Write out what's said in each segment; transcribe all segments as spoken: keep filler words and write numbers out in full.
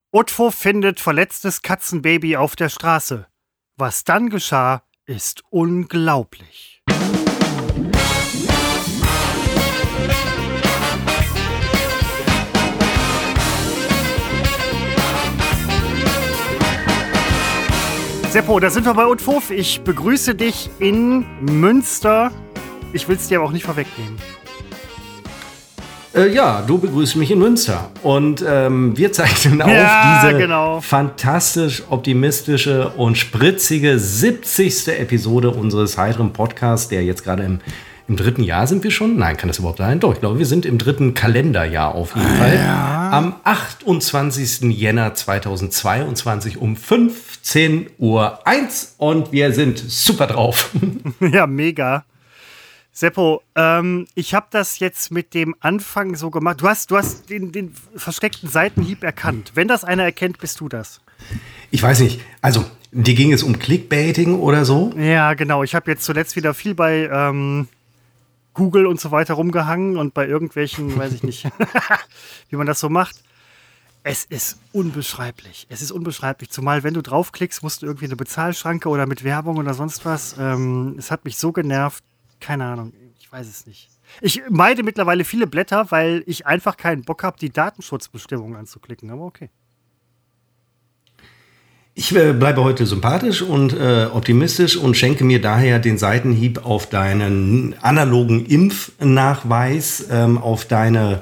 Utfo findet verletztes Katzenbaby auf der Straße. Was dann geschah, ist unglaublich. Seppo, da sind wir bei Utfo. Ich begrüße dich in Münster. Ich will es dir aber auch nicht vorwegnehmen. Äh, ja, du begrüßt mich in Münster. Und ähm, wir zeichnen auf ja, diese genau. fantastisch optimistische und spritzige siebzigste Episode unseres heiteren Podcasts, der jetzt gerade im, im dritten Jahr sind wir schon. Nein, kann das überhaupt sein? Doch, ich glaube, wir sind im dritten Kalenderjahr auf jeden Fall. Ja. Am achtundzwanzigsten Jänner zweitausendzweiundzwanzig um fünfzehn Uhr eins und wir sind super drauf. Ja, mega. Seppo, ähm, ich habe das jetzt mit dem Anfang so gemacht. Du hast, du hast den, den versteckten Seitenhieb erkannt. Wenn das einer erkennt, bist du das. Ich weiß nicht, also dir ging es um Clickbaiting oder so? Ja, genau. Ich habe jetzt zuletzt wieder viel bei ähm, Google und so weiter rumgehangen und bei irgendwelchen, weiß ich nicht, wie man das so macht. Es ist unbeschreiblich. Es ist unbeschreiblich. Zumal, wenn du draufklickst, musst du irgendwie eine Bezahlschranke oder mit Werbung oder sonst was. Ähm, es hat mich so genervt. Keine Ahnung, ich weiß es nicht. Ich meide mittlerweile viele Blätter, weil ich einfach keinen Bock habe, die Datenschutzbestimmungen anzuklicken. Aber okay. Ich äh, bleibe heute sympathisch und äh, optimistisch und schenke mir daher den Seitenhieb auf deinen analogen Impfnachweis, ähm, auf deine...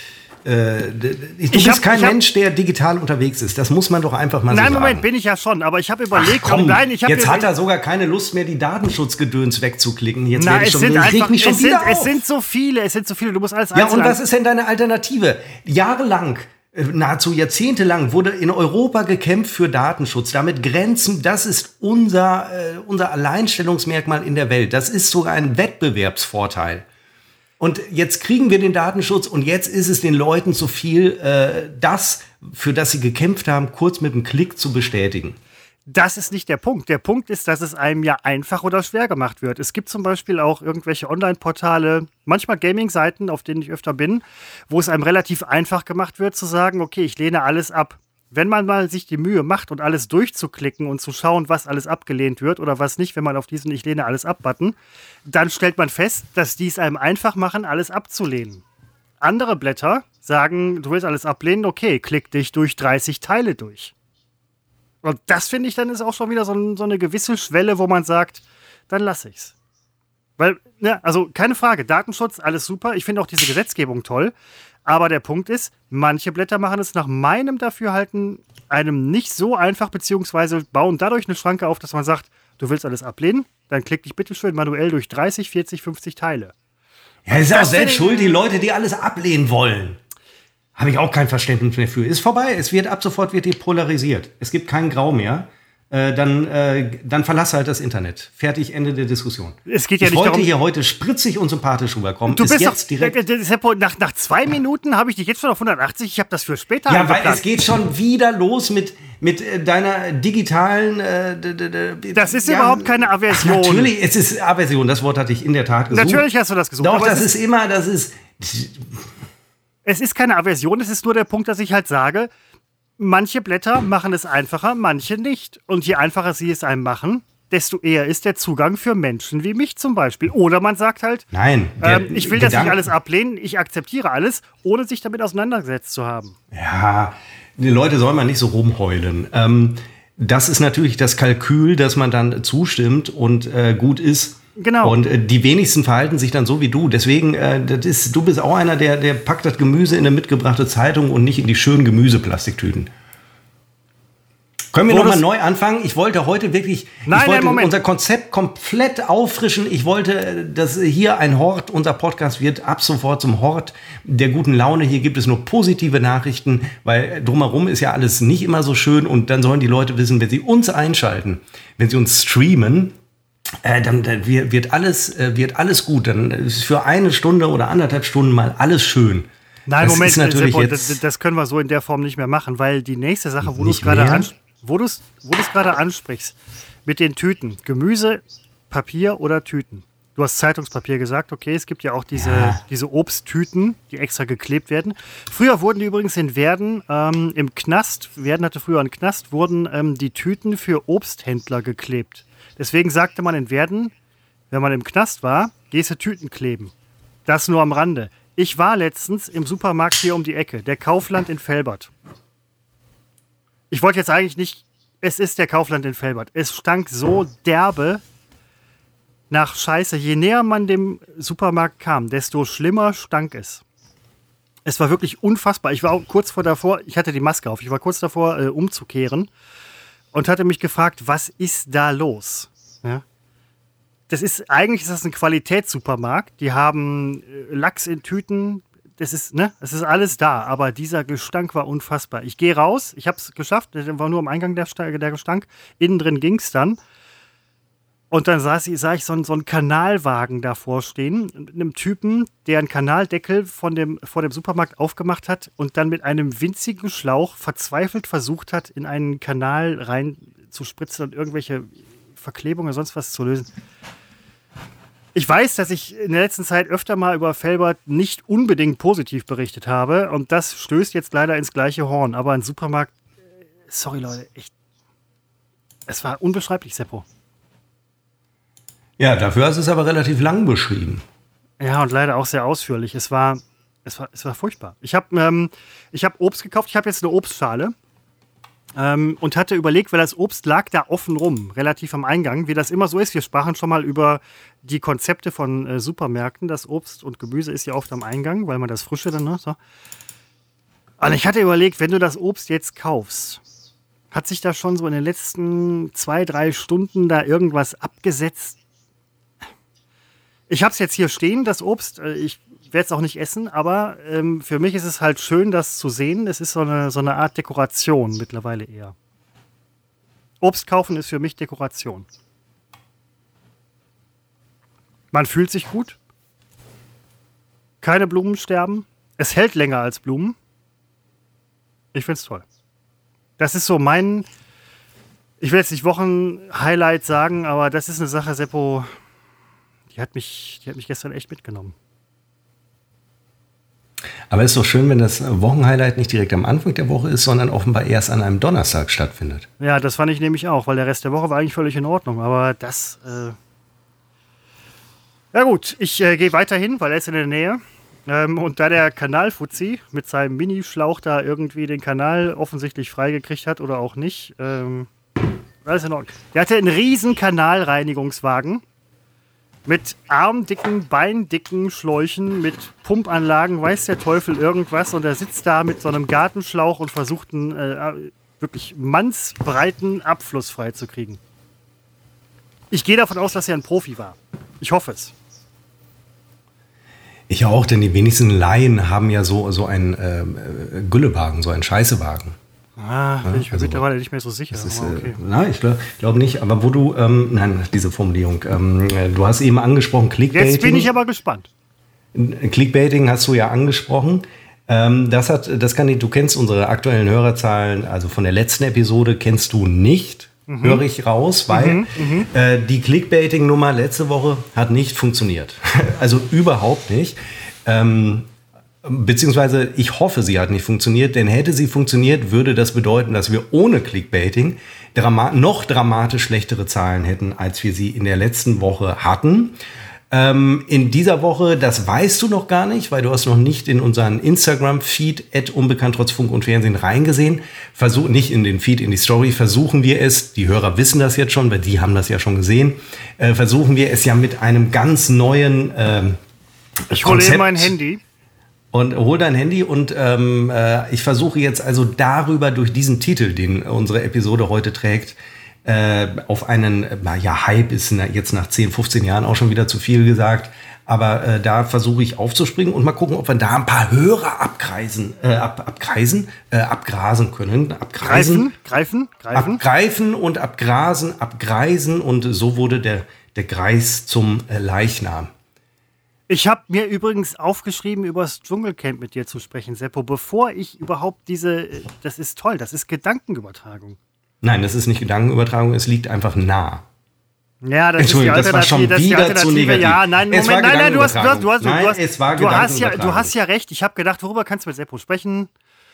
Äh, du ich bist hab, kein hab, Mensch, der digital unterwegs ist. Das muss man doch einfach mal nein, so sagen. Nein, Moment, bin ich ja schon. Aber ich habe überlegt, Ach, komm, nein, ich hab jetzt mir, hat er sogar keine Lust mehr, die Datenschutzgedöns wegzuklicken. Jetzt na, werde ich es schon, sind ich einfach, reg mich schon es wieder sind, auf. Es sind so viele, es sind so viele. Du musst alles Ja, einzeln und was ist denn deine Alternative? Jahrelang, äh, nahezu jahrzehntelang wurde in Europa gekämpft für Datenschutz. Damit Grenzen, das ist unser, äh, unser Alleinstellungsmerkmal in der Welt. Das ist sogar ein Wettbewerbsvorteil. Und jetzt kriegen wir den Datenschutz und jetzt ist es den Leuten zu viel, äh, das, für das sie gekämpft haben, kurz mit einem Klick zu bestätigen. Das ist nicht der Punkt. Der Punkt ist, dass es einem ja einfach oder schwer gemacht wird. Es gibt zum Beispiel auch irgendwelche Online-Portale, manchmal Gaming-Seiten, auf denen ich öfter bin, wo es einem relativ einfach gemacht wird, zu sagen, okay, ich lehne alles ab. Wenn man mal sich die Mühe macht und alles durchzuklicken und zu schauen, was alles abgelehnt wird oder was nicht, wenn man auf diesen Ich lehne alles ab-Button, dann stellt man fest, dass die es einem einfach machen, alles abzulehnen. Andere Blätter sagen, du willst alles ablehnen, okay, klick dich durch dreißig Teile durch. Und das finde ich, dann ist auch schon wieder so, ein, so eine gewisse Schwelle, wo man sagt, dann lasse ich's. Weil, ja, also keine Frage, Datenschutz, alles super. Ich finde auch diese Gesetzgebung toll. Aber der Punkt ist, manche Blätter machen es nach meinem Dafürhalten einem nicht so einfach, beziehungsweise bauen dadurch eine Schranke auf, dass man sagt, du willst alles ablehnen, dann klick dich bitte schön manuell durch dreißig, vierzig, fünfzig Teile. Ja, ist auch selbst schuld, die Leute, die alles ablehnen wollen. Habe ich auch kein Verständnis mehr für. Ist vorbei, es wird ab sofort wird die polarisiert. Es gibt kein Grau mehr. Äh, dann, äh, dann verlass halt das Internet. Fertig, Ende der Diskussion. Es geht ja ich nicht wollte darum, hier heute spritzig und sympathisch rüberkommen. Du ist bist jetzt doch, direkt Seppo, nach, nach zwei Minuten habe ich dich jetzt schon auf hundertachtzig. Ich habe das für später Ja, eingeplant. weil es geht schon wieder los mit, mit äh, deiner digitalen... Äh, d, d, d, das ist ja, überhaupt keine Aversion. Ach, natürlich, es ist Aversion. Das Wort hatte ich in der Tat gesucht. Natürlich hast du das gesucht. Doch, aber das es ist immer, das ist... Es ist keine Aversion, es ist nur der Punkt, dass ich halt sage, manche Blätter machen es einfacher, manche nicht. Und je einfacher sie es einem machen, desto eher ist der Zugang für Menschen wie mich zum Beispiel. Oder man sagt halt, Nein, der, ähm, ich will das nicht alles ablehnen, ich akzeptiere alles, ohne sich damit auseinandergesetzt zu haben. Ja, die Leute sollen mal nicht so rumheulen. Ähm, das ist natürlich das Kalkül, dass man dann zustimmt und äh, gut ist. Genau. Und äh, die wenigsten verhalten sich dann so wie du. Deswegen, äh, das ist, du bist auch einer, der, der packt das Gemüse in eine mitgebrachte Zeitung und nicht in die schönen Gemüseplastiktüten. Können wir nochmal neu anfangen? Ich wollte heute wirklich, nein, ich wollte nein, unser Konzept komplett auffrischen. Ich wollte, dass hier ein Hort, unser Podcast wird ab sofort zum Hort der guten Laune. Hier gibt es nur positive Nachrichten, weil drumherum ist ja alles nicht immer so schön. Und dann sollen die Leute wissen, wenn sie uns einschalten, wenn sie uns streamen, Äh, dann, dann wird alles, äh, wird alles gut. Dann ist für eine Stunde oder anderthalb Stunden mal alles schön. Nein, das Moment, ist natürlich Seppo, jetzt das, das können wir so in der Form nicht mehr machen, weil die nächste Sache, wo du es gerade ans- wo du's, wo du's gerade ansprichst, mit den Tüten, Gemüse, Papier oder Tüten. Du hast Zeitungspapier gesagt, okay, es gibt ja auch diese, Ja. diese Obsttüten, die extra geklebt werden. Früher wurden die übrigens in Werden ähm, im Knast, Werden hatte früher einen Knast, wurden ähm, die Tüten für Obsthändler geklebt. Deswegen sagte man in Werden, wenn man im Knast war, gehst du Tüten kleben. Das nur am Rande. Ich war letztens im Supermarkt hier um die Ecke, der Kaufland in Velbert. Ich wollte jetzt eigentlich nicht, es ist der Kaufland in Velbert. Es stank so derbe nach Scheiße. Je näher man dem Supermarkt kam, desto schlimmer stank es. Es war wirklich unfassbar. Ich war auch kurz vor davor, ich hatte die Maske auf, ich war kurz davor, äh, umzukehren und hatte mich gefragt, was ist da los? Ja? Das ist, eigentlich ist das ein Qualitätssupermarkt. Die haben äh, Lachs in Tüten. Das ist, ne, es ist alles da, aber dieser Gestank war unfassbar. Ich gehe raus, ich habe es geschafft, das war nur am Eingang der, der Gestank. Innen drin ging es dann. Und dann sah ich, sah ich so, einen, so einen Kanalwagen davor stehen, mit einem Typen, der einen Kanaldeckel von dem, vor dem Supermarkt aufgemacht hat und dann mit einem winzigen Schlauch verzweifelt versucht hat, in einen Kanal rein zu spritzen und irgendwelche Verklebungen oder sonst was zu lösen. Ich weiß, dass ich in der letzten Zeit öfter mal über Velbert nicht unbedingt positiv berichtet habe und das stößt jetzt leider ins gleiche Horn. Aber ein Supermarkt, sorry Leute, echt, es war unbeschreiblich, Seppo. Ja, dafür hast du es aber relativ lang beschrieben. Ja, und leider auch sehr ausführlich. Es war, es war, es war furchtbar. Ich habe ähm, ich hab Obst gekauft, ich habe jetzt eine Obstschale. Ähm, und hatte überlegt, weil das Obst lag da offen rum, relativ am Eingang, wie das immer so ist. Wir sprachen schon mal über die Konzepte von äh, Supermärkten. Das Obst und Gemüse ist ja oft am Eingang, weil man das Frische dann, ne? So. Und ich hatte überlegt, wenn du das Obst jetzt kaufst, hat sich da schon so in den letzten zwei, drei Stunden da irgendwas abgesetzt? Ich habe es jetzt hier stehen, das Obst. Äh, ich werde es auch nicht essen, aber ähm, für mich ist es halt schön, das zu sehen. Es ist so eine, so eine Art Dekoration mittlerweile eher. Obst kaufen ist für mich Dekoration. Man fühlt sich gut. Keine Blumen sterben. Es hält länger als Blumen. Ich find's toll. Das ist so mein, ich will jetzt nicht Wochen-Highlight sagen, aber das ist eine Sache, Seppo, die hat mich, die hat mich gestern echt mitgenommen. Aber es ist doch schön, wenn das Wochenhighlight nicht direkt am Anfang der Woche ist, sondern offenbar erst an einem Donnerstag stattfindet. Ja, das fand ich nämlich auch, weil der Rest der Woche war eigentlich völlig in Ordnung. Aber das, äh ja gut, ich äh, gehe weiterhin, weil er ist in der Nähe. Ähm, und da der Kanalfuzzi mit seinem Minischlauch da irgendwie den Kanal offensichtlich freigekriegt hat oder auch nicht, ähm, alles in Ordnung. Der hatte einen riesen Kanalreinigungswagen. Mit armdicken, beindicken Schläuchen, mit Pumpanlagen, weiß der Teufel irgendwas. Und er sitzt da mit so einem Gartenschlauch und versucht einen äh, wirklich mannsbreiten Abfluss freizukriegen. Ich gehe davon aus, dass er ein Profi war. Ich hoffe es. Ich auch, denn die wenigsten Laien haben ja so, so einen äh, Güllewagen, so einen Scheißewagen. Ah, bin ich mir also, mittlerweile nicht mehr so sicher. Das ist, aber okay. äh, nein, ich glaube glaub nicht. Aber wo du, ähm, nein, diese Formulierung, ähm, du hast eben angesprochen, Clickbaiting. Jetzt bin ich aber gespannt. Clickbaiting hast du ja angesprochen. Ähm, das hat, das kann ich, du kennst unsere aktuellen Hörerzahlen, also von der letzten Episode kennst du nicht, mhm. höre ich raus, weil mhm, mhm. äh, die Clickbaiting-Nummer letzte Woche hat nicht funktioniert. Also überhaupt nicht. Ähm, Beziehungsweise ich hoffe, sie hat nicht funktioniert, denn hätte sie funktioniert, würde das bedeuten, dass wir ohne Clickbaiting drama- noch dramatisch schlechtere Zahlen hätten, als wir sie in der letzten Woche hatten. Ähm, in dieser Woche, das weißt du noch gar nicht, weil du hast noch nicht in unseren Instagram-Feed at unbekannt trotz Funk und Fernsehen reingesehen. Versuch, nicht in den Feed, in die Story, versuchen wir es, die Hörer wissen das jetzt schon, weil die haben das ja schon gesehen, äh, versuchen wir es ja mit einem ganz neuen ähm, Ich hole eben mein Handy. Und hol dein Handy und ähm, äh, ich versuche jetzt also darüber durch diesen Titel, den unsere Episode heute trägt, äh, auf einen, äh, ja, Hype ist na, jetzt nach zehn, fünfzehn Jahren auch schon wieder zu viel gesagt, aber äh, da versuche ich aufzuspringen und mal gucken, ob wir da ein paar Hörer abkreisen, äh, ab, abkreisen, äh, abgrasen können. Abkreisen, greifen, greifen, abgreifen und abgrasen, abgreisen und so wurde der, der Greis zum äh, Leichnam. Ich habe mir übrigens aufgeschrieben, über das Dschungelcamp mit dir zu sprechen, Seppo, bevor ich überhaupt diese, das ist toll, das ist Gedankenübertragung. Nein, das ist nicht Gedankenübertragung, es liegt einfach nah. Ja, das ist die Entschuldigung, das war schon Alternative. Das ist die wieder zu Alternative. negativ. Ja, nein, Es Moment, war nein, nein, du hast, du hast, du hast, Nein, du hast, es war du hast ja, du Gedankenübertragung. hast ja recht. Ich habe gedacht, worüber kannst du mit Seppo sprechen?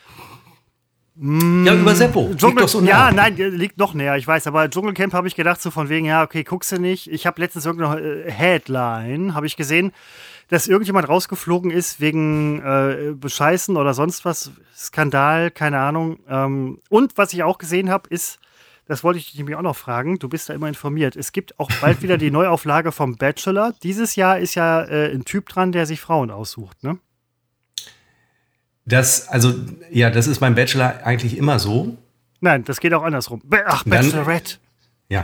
Ja, über Seppo. Dschungel, Liegt doch so nah. ja, nein, liegt noch näher, ich weiß. Aber Dschungelcamp habe ich gedacht, so von wegen, ja, okay, guckst du nicht. Ich habe letztens irgendeine äh, Headline, habe ich gesehen, dass irgendjemand rausgeflogen ist wegen äh, Bescheißen oder sonst was. Skandal, keine Ahnung. Ähm, und was ich auch gesehen habe, ist, das wollte ich dich nämlich auch noch fragen, du bist da immer informiert. Es gibt auch bald wieder die Neuauflage vom Bachelor. Dieses Jahr ist ja äh, ein Typ dran, der sich Frauen aussucht, ne? Das, also, ja, das ist beim Bachelor eigentlich immer so. Nein, das geht auch andersrum. Be- Ach, Dann- Bachelorette. Ja.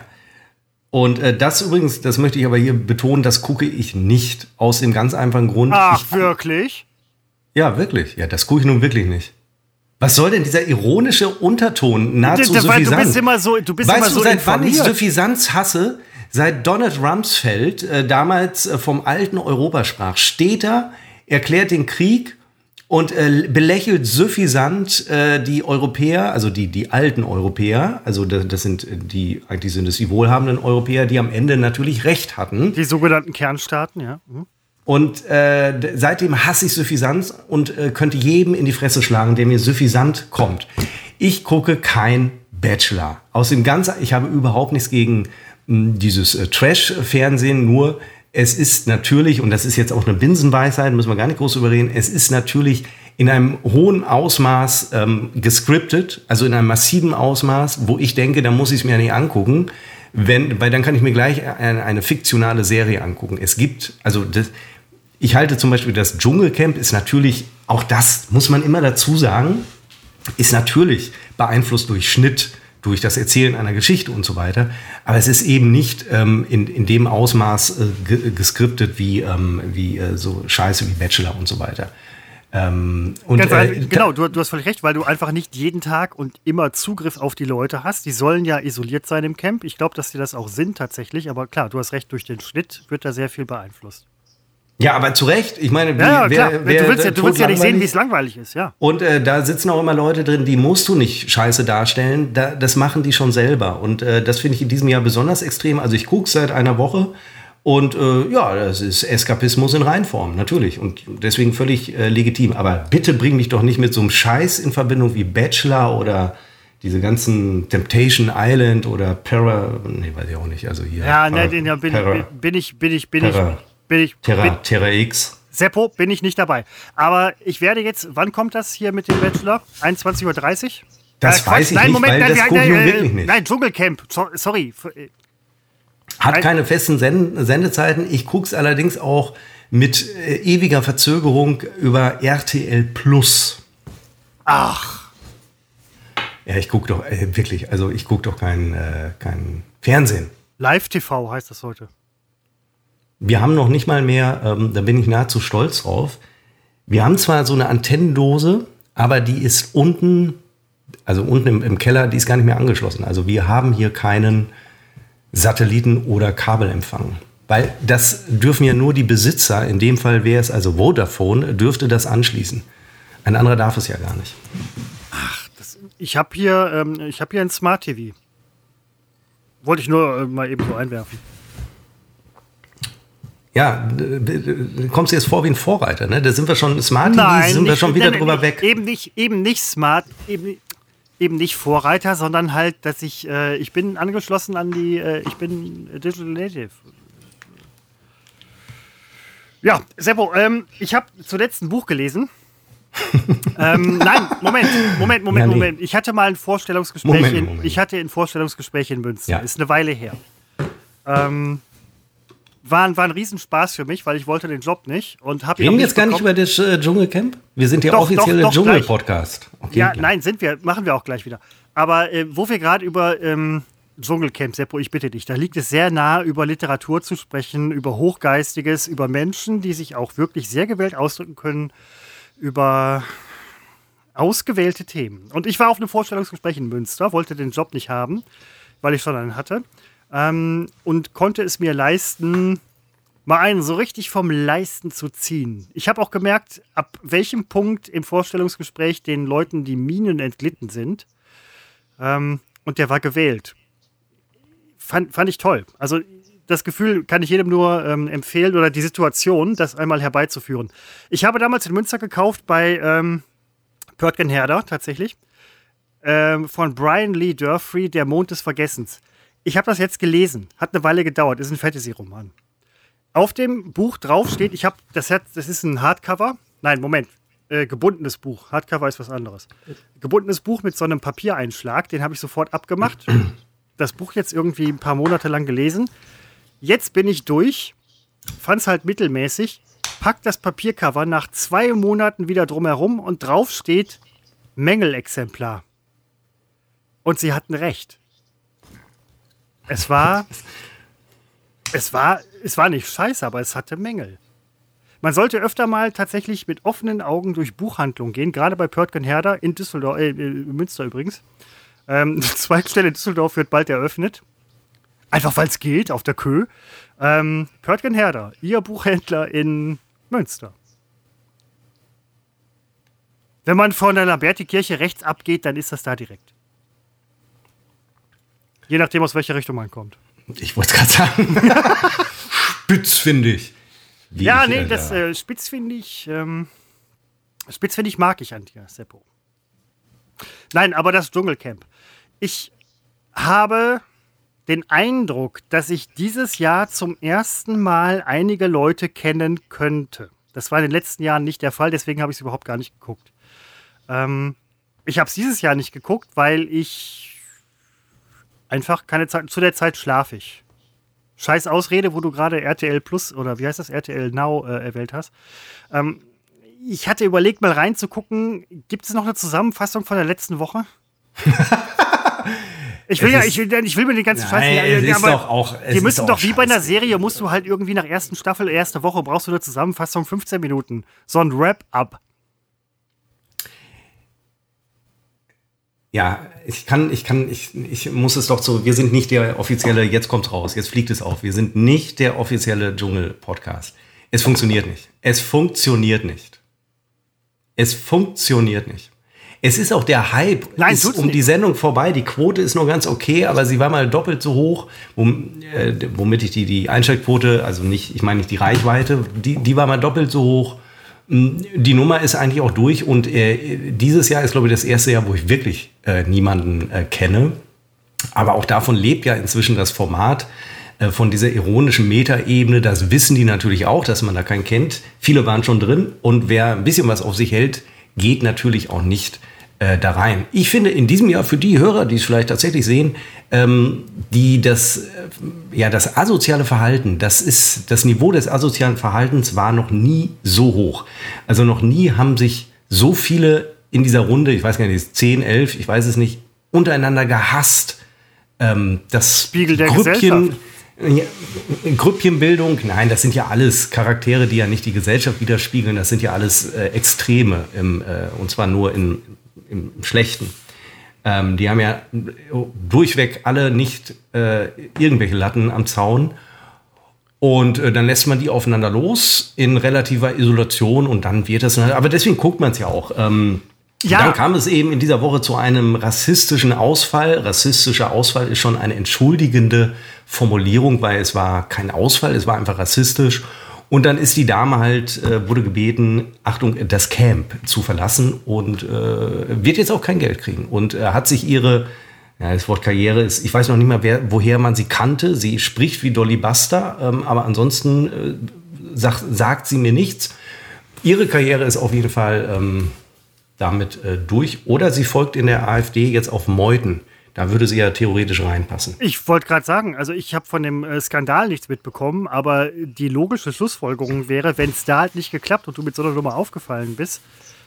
Und äh, das übrigens, das möchte ich aber hier betonen, das gucke ich nicht. Aus dem ganz einfachen Grund. Ach, ich, wirklich? ja, wirklich. Ja, das gucke ich nun wirklich nicht. Was soll denn dieser ironische Unterton nahezu Du, du, du suffisant? bist immer so, du bist Weißt immer du, so seit wann ich informiert. Suffisanz hasse? Seit Donald Rumsfeld äh, damals äh, vom alten Europa sprach. Steht da, erklärt den Krieg und äh, belächelt suffisant äh, die Europäer, also die, die alten Europäer, also das, das sind die, eigentlich sind es die wohlhabenden Europäer, die am Ende natürlich recht hatten. Die sogenannten Kernstaaten, ja. Mhm. Und äh, d- seitdem hasse ich Suffisanz und äh, könnte jedem in die Fresse schlagen, der mir suffisant kommt. Ich gucke kein Bachelor. Aus dem Ganzen, ich habe überhaupt nichts gegen mh, dieses äh, Trash-Fernsehen, nur es ist natürlich, und das ist jetzt auch eine Binsenweisheit, müssen wir gar nicht groß drüber reden, es ist natürlich in einem hohen Ausmaß ähm, gescriptet, also in einem massiven Ausmaß, wo ich denke, da muss ich es mir ja nicht angucken, wenn, weil dann kann ich mir gleich eine, eine fiktionale Serie angucken. Es gibt, also das, ich halte zum Beispiel das Dschungelcamp ist natürlich, auch das muss man immer dazu sagen, ist natürlich beeinflusst durch Schnitt, durch das Erzählen einer Geschichte und so weiter. Aber es ist eben nicht ähm, in, in dem Ausmaß äh, ge- geskriptet wie, ähm, wie äh, so Scheiße wie Bachelor und so weiter. Ähm, und, Ganz äh, einfach, genau, du, du hast völlig recht, weil du einfach nicht jeden Tag und immer Zugriff auf die Leute hast. Die sollen ja isoliert sein im Camp. Ich glaube, dass die das auch sind tatsächlich. Aber klar, du hast recht, durch den Schnitt wird da sehr viel beeinflusst. Ja, aber zu Recht. Ich meine, wie, Ja, ja, wer, klar. wer, du willst ja, du willst ja nicht sehen, wie es langweilig- langweilig ist, ja. Und äh, da sitzen auch immer Leute drin, die musst du nicht scheiße darstellen. Da, das machen die schon selber. Und äh, das finde ich in diesem Jahr besonders extrem. Also ich gucke seit einer Woche und äh, ja, das ist Eskapismus in Reinform, natürlich. Und deswegen völlig äh, legitim. Aber bitte bring mich doch nicht mit so einem Scheiß in Verbindung wie Bachelor oder diese ganzen Temptation Island oder Para... Nee, weiß ich auch nicht. Also hier... Ja, Para, ne, den, ja, bin, Para, bin ich, bin ich, bin ich, Terra. bin ich, Terra, bin, Terra X. Seppo, bin ich nicht dabei. Aber ich werde jetzt, wann kommt das hier mit dem Bachelor? einundzwanzig Uhr dreißig? Das Äh, weiß ich nein, nicht, Moment, weil nein, das nein, gucke ich nein, nun äh, wirklich nicht. Nein, Dschungelcamp, so, sorry. Hat Nein. keine festen Send Sendezeiten. Ich gucke es allerdings auch mit äh, ewiger Verzögerung über R T L Plus. Ach, Ja, ich gucke doch, äh, wirklich, also ich gucke doch kein, äh, kein Fernsehen. Live-T V heißt das heute. Wir haben noch nicht mal mehr, ähm, da bin ich nahezu stolz drauf, wir haben zwar so eine Antennendose, aber die ist unten, also unten im, im Keller, die ist gar nicht mehr angeschlossen. Also wir haben hier keinen Satelliten- oder Kabelempfang. Weil das dürfen ja nur die Besitzer, in dem Fall wäre es also Vodafone, dürfte das anschließen. Ein anderer darf es ja gar nicht. Ich habe hier, ähm, ich habe hier ein Smart T V. Wollte ich nur äh, mal eben so einwerfen. Ja, du kommst dir jetzt vor wie ein Vorreiter, ne? Da sind wir schon, Smart T Vs sind wir nicht- schon wieder nein, drüber nein, weg. Eben nicht, eben nicht smart, eben, eben nicht Vorreiter, sondern halt, dass ich, äh, ich bin angeschlossen an die, äh, ich bin Digital Native. Ja, Seppo, ähm, ich habe zuletzt ein Buch gelesen. ähm, nein, Moment, Moment, Moment, Ja, nee. Moment. Ich hatte mal ein Vorstellungsgespräch Moment, in, Moment. ich hatte ein Vorstellungsgespräch in Münster. Ja. Ist eine Weile her. Ähm, war, ein- war ein Riesenspaß für mich, weil ich wollte den Job nicht und habe ihn Reden auch wir jetzt gar nicht bekommen. über das äh, Dschungelcamp? Wir sind ja Doch, offizielle doch, doch, Dschungel-Podcast. Okay, Ja, klar. nein, sind wir. Machen wir auch gleich wieder. Aber äh, wo wir gerade über ähm, Dschungelcamp, Seppo, ich bitte dich, da liegt es sehr nah, über Literatur zu sprechen, über Hochgeistiges, über Menschen, die sich auch wirklich sehr gewählt ausdrücken können, über ausgewählte Themen. Und ich war auf einem Vorstellungsgespräch in Münster, wollte den Job nicht haben, weil ich schon einen hatte, ähm, und konnte es mir leisten, mal einen so richtig vom Leisten zu ziehen. Ich habe auch gemerkt, ab welchem Punkt im Vorstellungsgespräch den Leuten die Minen entglitten sind. Ähm, und der war gewählt. Fand, fand ich toll. Also das Gefühl kann ich jedem nur ähm, empfehlen oder die Situation, das einmal herbeizuführen. Ich habe damals in Münster gekauft bei ähm, Pörtgen-Herder tatsächlich ähm, von Brian Lee Durfree, Der Mond des Vergessens. Ich habe das jetzt gelesen, hat eine Weile gedauert, ist ein Fantasy-Roman. Auf dem Buch drauf steht, ich habe das, das ist ein Hardcover, nein, Moment, äh, gebundenes Buch, Hardcover ist was anderes. Gebundenes Buch mit so einem Papiereinschlag, den habe ich sofort abgemacht. Das Buch jetzt irgendwie ein paar Monate lang gelesen. Jetzt bin ich durch, fand's halt mittelmäßig, pack das Papiercover nach zwei Monaten wieder drumherum und drauf steht Mängelexemplar. Und sie hatten recht. Es war, es war, es war nicht scheiße, aber es hatte Mängel. Man sollte öfter mal tatsächlich mit offenen Augen durch Buchhandlungen gehen, gerade bei Pörtgen-Herder in Düsseldorf, äh, in Münster übrigens. Ähm, die Zweigstelle in Düsseldorf wird bald eröffnet. Einfach weil es geht, auf der Kö. Ähm, Pörtgen-Herder, Ihr Buchhändler in Münster. Wenn man von der Lamberti-Kirche rechts abgeht, dann ist das da direkt. Je nachdem, aus welcher Richtung man kommt. Ich wollte es gerade sagen. Spitzfindig. Wie ja, ich, nee, äh, das äh, spitzfindig, ähm, spitzfindig mag ich an dir, Seppo. Nein, aber das Dschungelcamp. Ich habe den Eindruck, dass ich dieses Jahr zum ersten Mal einige Leute kennen könnte. Das war in den letzten Jahren nicht der Fall, deswegen habe ich es überhaupt gar nicht geguckt. Ähm, ich habe es dieses Jahr nicht geguckt, weil ich einfach keine Zeit, zu der Zeit schlafe ich. Scheiß Ausrede, wo du gerade R T L Plus oder wie heißt das, R T L Now äh, erwählt hast. Ähm, ich hatte überlegt, mal reinzugucken, gibt es noch eine Zusammenfassung von der letzten Woche? ich, will ja, ich, will, ich will mir den ganzen Scheiß nicht. Es ist doch auch, es die müssen ist doch auch wie bei einer scheiße. Serie, musst du halt irgendwie nach ersten Staffel, erste Woche, brauchst du eine Zusammenfassung, fünfzehn Minuten. So ein Wrap-up. Ja, ich kann, ich kann, ich, ich muss es doch so, wir sind nicht der offizielle, jetzt kommt's raus, jetzt fliegt es auf, wir sind nicht der offizielle Dschungel-Podcast. Es funktioniert nicht. Es funktioniert nicht. Es funktioniert nicht. Es ist auch der Hype, Nein, ist tut's um nicht. die Sendung vorbei, die Quote ist nur ganz okay, aber sie war mal doppelt so hoch, wom, äh, womit ich die, die Einschaltquote, also nicht, ich meine nicht die Reichweite, die, die war mal doppelt so hoch. Die Nummer ist eigentlich auch durch und äh, dieses Jahr ist, glaube ich, das erste Jahr, wo ich wirklich äh, niemanden äh, kenne. Aber auch davon lebt ja inzwischen das Format äh, von dieser ironischen Metaebene. Das wissen die natürlich auch, dass man da keinen kennt. Viele waren schon drin und wer ein bisschen was auf sich hält, geht natürlich auch nicht äh, da rein. Ich finde in diesem Jahr für die Hörer, die es vielleicht tatsächlich sehen, ähm, die das, äh, ja, das asoziale Verhalten, das ist, das Niveau des asozialen Verhaltens war noch nie so hoch. Also noch nie haben sich so viele in dieser Runde, ich weiß gar nicht, zehn, elf, ich weiß es nicht, untereinander gehasst. Ähm, das Spiegel der Grüppchen, ja, Grüppchenbildung, nein, das sind ja alles Charaktere, die ja nicht die Gesellschaft widerspiegeln, das sind ja alles äh, Extreme, im, äh, und zwar nur in, im Schlechten. Ähm, die haben ja durchweg alle nicht äh, irgendwelche Latten am Zaun. Und äh, dann lässt man die aufeinander los in relativer Isolation und dann wird das. Aber deswegen guckt man es ja auch. Ähm, Ja. Dann kam es eben in dieser Woche zu einem rassistischen Ausfall. Rassistischer Ausfall ist schon eine entschuldigende Formulierung, weil es war kein Ausfall, es war einfach rassistisch. Und dann ist die Dame halt, äh, wurde gebeten, Achtung, das Camp zu verlassen und äh, wird jetzt auch kein Geld kriegen. Und äh, hat sich ihre, ja, das Wort Karriere ist, ich weiß noch nicht mal, wer, woher man sie kannte. Sie spricht wie Dolly Buster, ähm, aber ansonsten äh, sag, sagt sie mir nichts. Ihre Karriere ist auf jeden Fall ähm, damit äh, durch. Oder sie folgt in der AfD jetzt auf Meuthen. Da würde sie ja theoretisch reinpassen. Ich wollte gerade sagen, also ich habe von dem äh, Skandal nichts mitbekommen, aber die logische Schlussfolgerung wäre, wenn es da halt nicht geklappt und du mit so einer Nummer aufgefallen bist,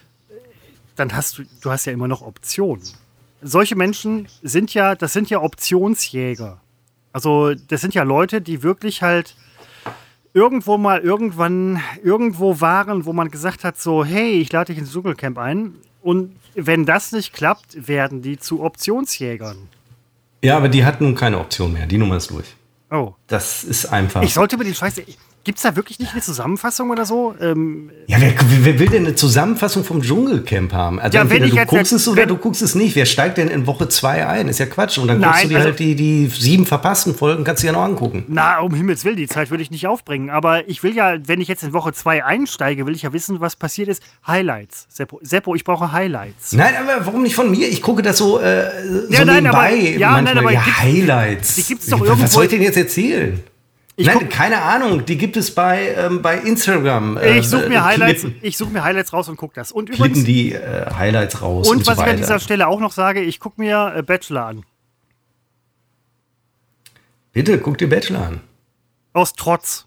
dann hast du, du hast ja immer noch Optionen. Solche Menschen sind ja, das sind ja Optionsjäger. Also das sind ja Leute, die wirklich halt irgendwo mal irgendwann irgendwo waren, wo man gesagt hat, so, hey, ich lade dich ins Dschungelcamp ein. Und wenn das nicht klappt, werden die zu Optionsjägern. Ja, aber die hat nun keine Option mehr. Die Nummer ist durch. Oh. Das ist einfach. Ich sollte mir die Scheiße. Gibt es da wirklich nicht eine Zusammenfassung oder so? Ähm, ja, wer, wer will denn eine Zusammenfassung vom Dschungelcamp haben? Also ja, entweder wenn ich du jetzt, guckst es oder wenn, du guckst es nicht. Wer steigt denn in Woche zwei ein? Ist ja Quatsch. Und dann nein, guckst du dir also, halt die, die sieben verpassten Folgen, kannst du ja noch angucken. Na, um Himmels Willen, die Zeit würde ich nicht aufbringen. Aber ich will ja, wenn ich jetzt in Woche zwei einsteige, will ich ja wissen, was passiert ist. Highlights. Seppo, Seppo ich brauche Highlights. Nein, aber warum nicht von mir? Ich gucke das so, äh, so ja, nein, nebenbei aber, ja, manchmal. nein, aber ja, gibt's, Highlights. Die gibt's doch irgendwo. Was soll ich denn jetzt erzählen? Ich Nein, guck, keine Ahnung. Die gibt es bei, ähm, bei Instagram. Äh, ich suche mir, Highlights, klippen, ich such mir Highlights raus und gucke das. Und klippen übrigens, die äh, Highlights raus. Und, und was so ich weiter. an dieser Stelle auch noch sage, ich gucke mir äh, Bachelor an. Bitte, guck dir Bachelor an. Aus Trotz.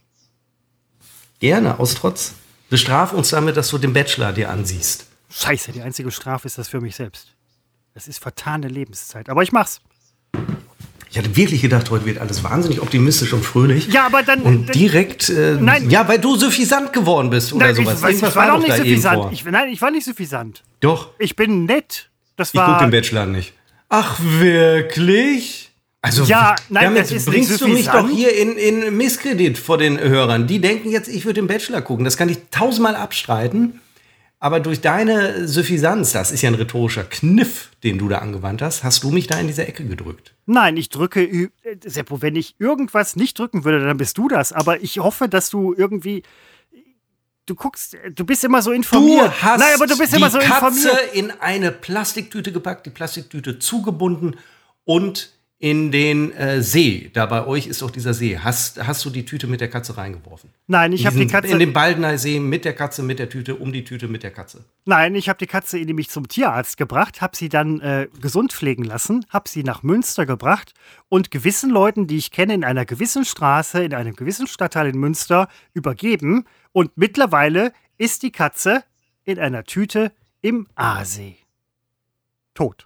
Gerne, aus Trotz. Bestraf uns damit, dass du den Bachelor dir ansiehst. Scheiße, die einzige Strafe ist das für mich selbst. Das ist vertane Lebenszeit. Aber ich mach's. Ich hatte wirklich gedacht, heute wird alles wahnsinnig optimistisch und fröhlich. Ja, aber dann. Und dann, direkt. Äh, nein. Ja, weil du suffisant geworden bist oder nein, sowas. Ich, weiß, Irgendwas ich war war doch doch nicht da suffisant. irgendwo. Ich, nein, ich war nicht suffisant. Doch. Ich bin nett. Das Ich war. guck den Bachelor nicht. Ach, wirklich? Also, Ja, nein, damit das ist bringst nicht du mich suffisant. doch hier in, in Misskredit vor den Hörern. Die denken jetzt, ich würde den Bachelor gucken. Das kann ich tausendmal abstreiten. Aber durch deine Suffisanz, das ist ja ein rhetorischer Kniff, den du da angewandt hast, hast du mich da in diese Ecke gedrückt. Nein, ich drücke. Ü- Seppo, wenn ich irgendwas nicht drücken würde, dann bist du das. Aber ich hoffe, dass du irgendwie. Du guckst, du bist immer so informiert. Du hast Nein, aber du bist die immer so Katze informiert. in eine Plastiktüte gepackt, die Plastiktüte zugebunden und in den äh, See. Da bei euch ist doch dieser See. Hast, hast du die Tüte mit der Katze reingeworfen? Nein, ich habe die Diesen- Katze. In den Baldener See mit der Katze, mit der Tüte, um die Tüte mit der Katze. Nein, ich habe die Katze nämlich zum Tierarzt gebracht, habe sie dann äh, gesund pflegen lassen, habe sie nach Münster gebracht und gewissen Leuten, die ich kenne, in einer gewissen Straße, in einem gewissen Stadtteil in Münster übergeben. Und mittlerweile ist die Katze in einer Tüte im Aasee. Tot.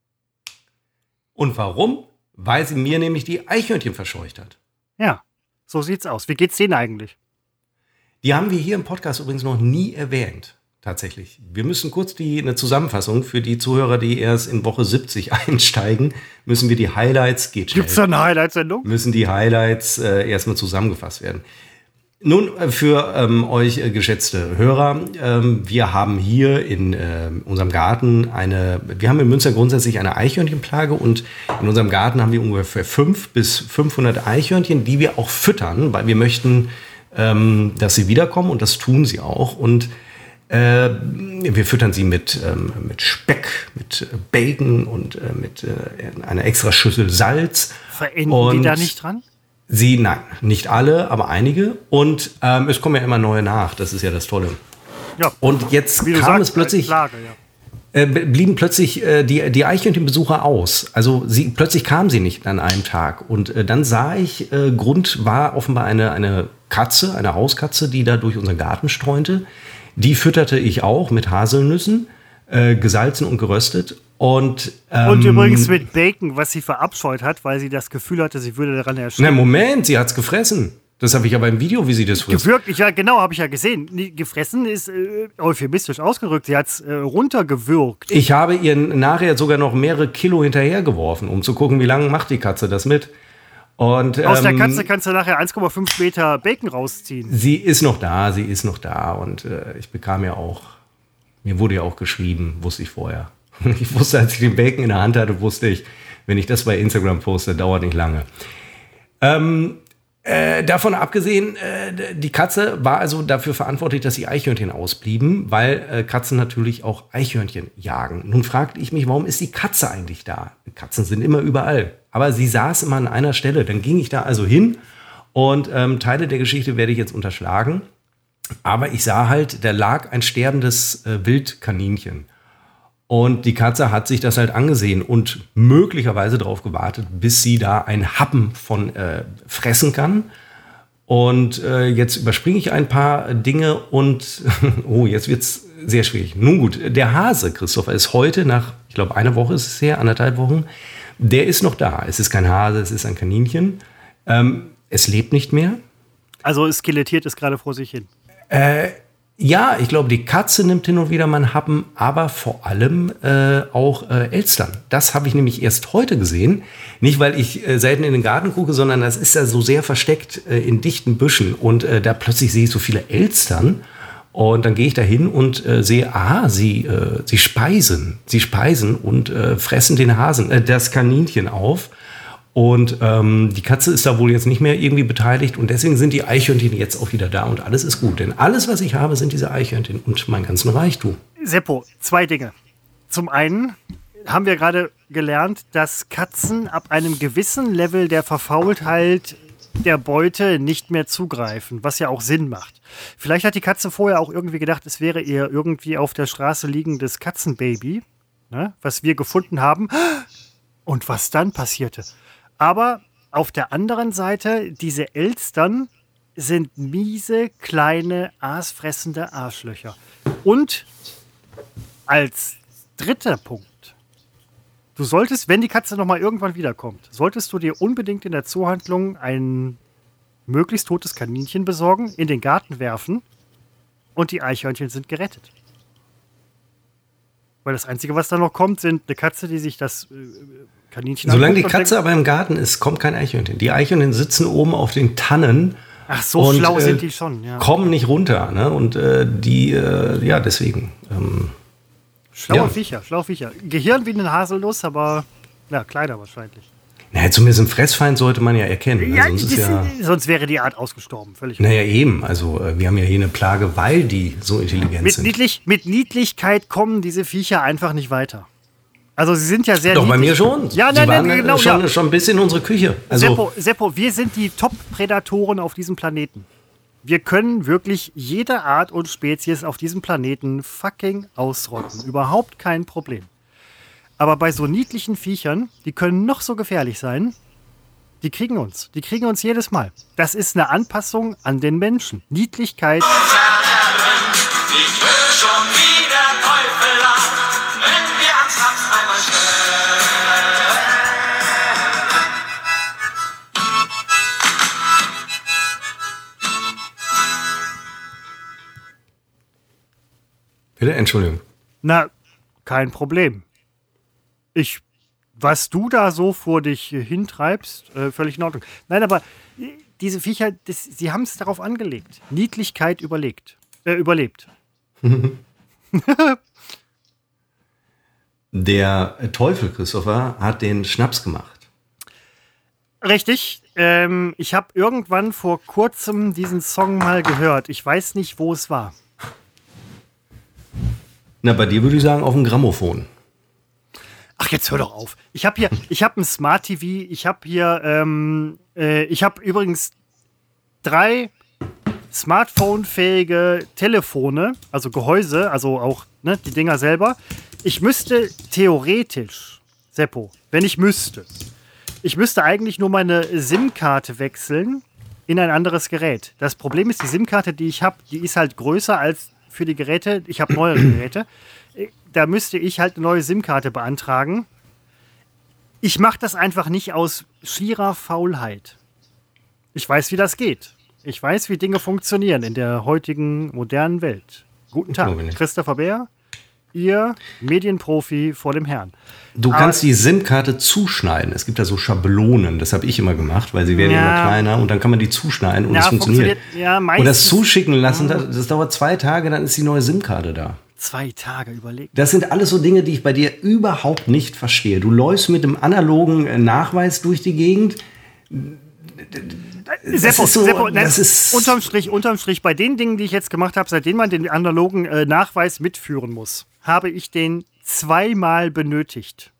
Und warum? Weil sie mir nämlich die Eichhörnchen verscheucht hat. Ja, so sieht's aus. Wie geht's denen eigentlich? Die haben wir hier im Podcast übrigens noch nie erwähnt. Tatsächlich. Wir müssen kurz die, eine Zusammenfassung für die Zuhörer, die erst in Woche siebzig einsteigen, müssen wir die Highlights, geht schnell, Gibt's da eine Highlight-Sendung? müssen die Highlights äh, erstmal zusammengefasst werden. Nun, äh, für ähm, euch äh, geschätzte Hörer, ähm, wir haben hier in äh, unserem Garten eine, wir haben in Münster grundsätzlich eine Eichhörnchenplage und in unserem Garten haben wir ungefähr fünf bis fünfhundert Eichhörnchen, die wir auch füttern, weil wir möchten, ähm, dass sie wiederkommen und das tun sie auch und Äh, wir füttern sie mit, ähm, mit Speck, mit äh, Bacon und äh, mit äh, einer extra Schüssel Salz. Verenden und die da nicht dran? Sie, nein, nicht alle, aber einige. Und ähm, es kommen ja immer neue nach, das ist ja das Tolle. Ja. Und jetzt Wie du kam sagst, es plötzlich, Plage, ja. äh, blieben plötzlich äh, die, die Eichhörnchenbesucher aus. Also sie, plötzlich kamen sie nicht an einem Tag. Und äh, dann sah ich, äh, Grund war offenbar eine, eine Katze, eine Hauskatze, die da durch unseren Garten streunte. Die fütterte ich auch mit Haselnüssen, äh, gesalzen und geröstet. Und, ähm, Und übrigens mit Bacon, was sie verabscheut hat, weil sie das Gefühl hatte, sie würde daran Na, ersticken. Moment, sie hat's gefressen. Das habe ich aber im Video, wie sie das frisst. Gewürgt, ja, genau, habe ich ja gesehen. Nee, gefressen ist äh, euphemistisch ausgedrückt. Sie hat es äh, runtergewürgt. Ich habe ihr nachher sogar noch mehrere Kilo hinterhergeworfen, um zu gucken, wie lange macht die Katze das mit. Und, Aus der ähm, Katze kannst du nachher eins Komma fünf Meter Bacon rausziehen. Sie ist noch da, sie ist noch da. Und äh, ich bekam ja auch, mir wurde ja auch geschrieben, wusste ich vorher. Ich wusste, als ich den Bacon in der Hand hatte, wusste ich, wenn ich das bei Instagram poste, dauert nicht lange. Ähm, äh, davon abgesehen, äh, die Katze war also dafür verantwortlich, dass die Eichhörnchen ausblieben, weil äh, Katzen natürlich auch Eichhörnchen jagen. Nun fragte ich mich, warum ist die Katze eigentlich da? Katzen sind immer überall. Aber sie saß immer an einer Stelle. Dann ging ich da also hin und ähm, Teile der Geschichte werde ich jetzt unterschlagen. Aber ich sah halt, da lag ein sterbendes äh, Wildkaninchen. Und die Katze hat sich das halt angesehen und möglicherweise darauf gewartet, bis sie da einen Happen von äh, fressen kann. Und äh, jetzt überspringe ich ein paar Dinge und oh, jetzt wird's sehr schwierig. Nun gut, der Hase, Christopher, ist heute nach, ich glaube, eine Woche ist es her, anderthalb Wochen, der ist noch da. Es ist kein Hase, es ist ein Kaninchen. Ähm, es lebt nicht mehr. Also skelettiert es gerade vor sich hin. Äh, Ja, ich glaube, die Katze nimmt hin und wieder mal einen Happen, aber vor allem äh, auch äh, Elstern. Das habe ich nämlich erst heute gesehen. Nicht, weil ich äh, selten in den Garten gucke, sondern das ist ja so sehr versteckt äh, in dichten Büschen. Und äh, da plötzlich sehe ich so viele Elstern. Und dann gehe ich da hin und äh, sehe, aha, sie, äh, sie speisen. Sie speisen und äh, fressen den Hasen, äh, das Kaninchen auf. Und ähm, die Katze ist da wohl jetzt nicht mehr irgendwie beteiligt. Und deswegen sind die Eichhörnchen jetzt auch wieder da. Und alles ist gut. Denn alles, was ich habe, sind diese Eichhörnchen und mein ganzen Reichtum. Seppo, zwei Dinge. Zum einen haben wir gerade gelernt, dass Katzen ab einem gewissen Level der Verfaultheit der Beute nicht mehr zugreifen, was ja auch Sinn macht. Vielleicht hat die Katze vorher auch irgendwie gedacht, es wäre ihr irgendwie auf der Straße liegendes Katzenbaby, ne, was wir gefunden haben. Und was dann passierte. Aber auf der anderen Seite, diese Elstern sind miese, kleine, aasfressende Arschlöcher. Und als dritter Punkt, du solltest, wenn die Katze nochmal irgendwann wiederkommt, solltest du dir unbedingt in der Zoohandlung ein möglichst totes Kaninchen besorgen, in den Garten werfen und die Eichhörnchen sind gerettet. Weil das Einzige, was da noch kommt, sind eine Katze, die sich das äh, Kaninchen Solange die Katze aber im Garten ist, kommt kein Eichhörnchen. Die Eichhörnchen sitzen oben auf den Tannen. Ach, so und, schlau äh, sind die schon. Ja. Kommen nicht runter. Ne? Und äh, die, äh, ja, deswegen. Ähm, Schlaue ja. Viecher, schlaue Viecher. Gehirn wie ein Haselnuss, aber ja, kleiner wahrscheinlich. Naja, zumindest einen Fressfeind sollte man ja erkennen. Ja, ne? sonst, das, ist ja, sonst wäre die Art ausgestorben, völlig. naja, eben. Also äh, wir haben ja hier eine Plage, weil die so intelligent Mit, sind. niedlich, mit Niedlichkeit kommen diese Viecher einfach nicht weiter. Also sie sind ja sehr Doch, niedlich. bei mir schon. Ja, Sie nein, waren nein, äh, genau. schon, Ja. schon ein bisschen unsere Küche. Also, Seppo, Seppo, wir sind die Top-Prädatoren auf diesem Planeten. Wir können wirklich jede Art und Spezies auf diesem Planeten fucking ausrotten. Überhaupt kein Problem. Aber bei so niedlichen Viechern, die können noch so gefährlich sein, die kriegen uns. Die kriegen uns jedes Mal. Das ist eine Anpassung an den Menschen. Niedlichkeit. Ich will schon wieder Teufel an, wenn wir am Platz einmal bitte, Entschuldigung. Na, kein Problem. Ich, was du da so vor dich hintreibst, äh, völlig in Ordnung. Nein, aber diese Viecher, das, sie haben es darauf angelegt. Niedlichkeit überlegt, äh, überlebt. Der Teufel, Christopher, hat den Schnaps gemacht. Richtig. Ähm, ich habe irgendwann vor kurzem diesen Song mal gehört. Ich weiß nicht, wo es war. Na, bei dir würde ich sagen, auf dem Grammophon. Ach, jetzt hör doch auf. Ich habe hier, ich habe ein Smart T V. Ich habe hier, ähm, äh, ich habe übrigens drei Smartphone-fähige Telefone, also Gehäuse, also auch ne, die Dinger selber. Ich müsste theoretisch, Seppo, wenn ich müsste, ich müsste eigentlich nur meine SIM-Karte wechseln in ein anderes Gerät. Das Problem ist, die SIM-Karte, die ich habe, die ist halt größer als für die Geräte. Ich habe neuere Geräte. Da müsste ich halt eine neue SIM-Karte beantragen. Ich mache das einfach nicht aus schierer Faulheit. Ich weiß, wie das geht. Ich weiß, wie Dinge funktionieren in der heutigen modernen Welt. Guten Tag, Christopher Bär, Ihr Medienprofi vor dem Herrn. Du Aber kannst die SIM-Karte zuschneiden. Es gibt da so Schablonen, das habe ich immer gemacht, weil sie werden Ja. immer kleiner und dann kann man die zuschneiden und Ja, es funktioniert. funktioniert- ja, und meistens- das zuschicken lassen, das, das dauert zwei Tage, dann ist die neue SIM-Karte da. Zwei Tage überlegt. Das sind alles so Dinge, die ich bei dir überhaupt nicht verstehe. Du läufst mit dem analogen äh, Nachweis durch die Gegend. Das Seppo, ist so, Seppo, ne, das ist unterm Strich, unterm Strich, bei den Dingen, die ich jetzt gemacht habe, seitdem man den analogen äh, Nachweis mitführen muss, habe ich den zweimal benötigt.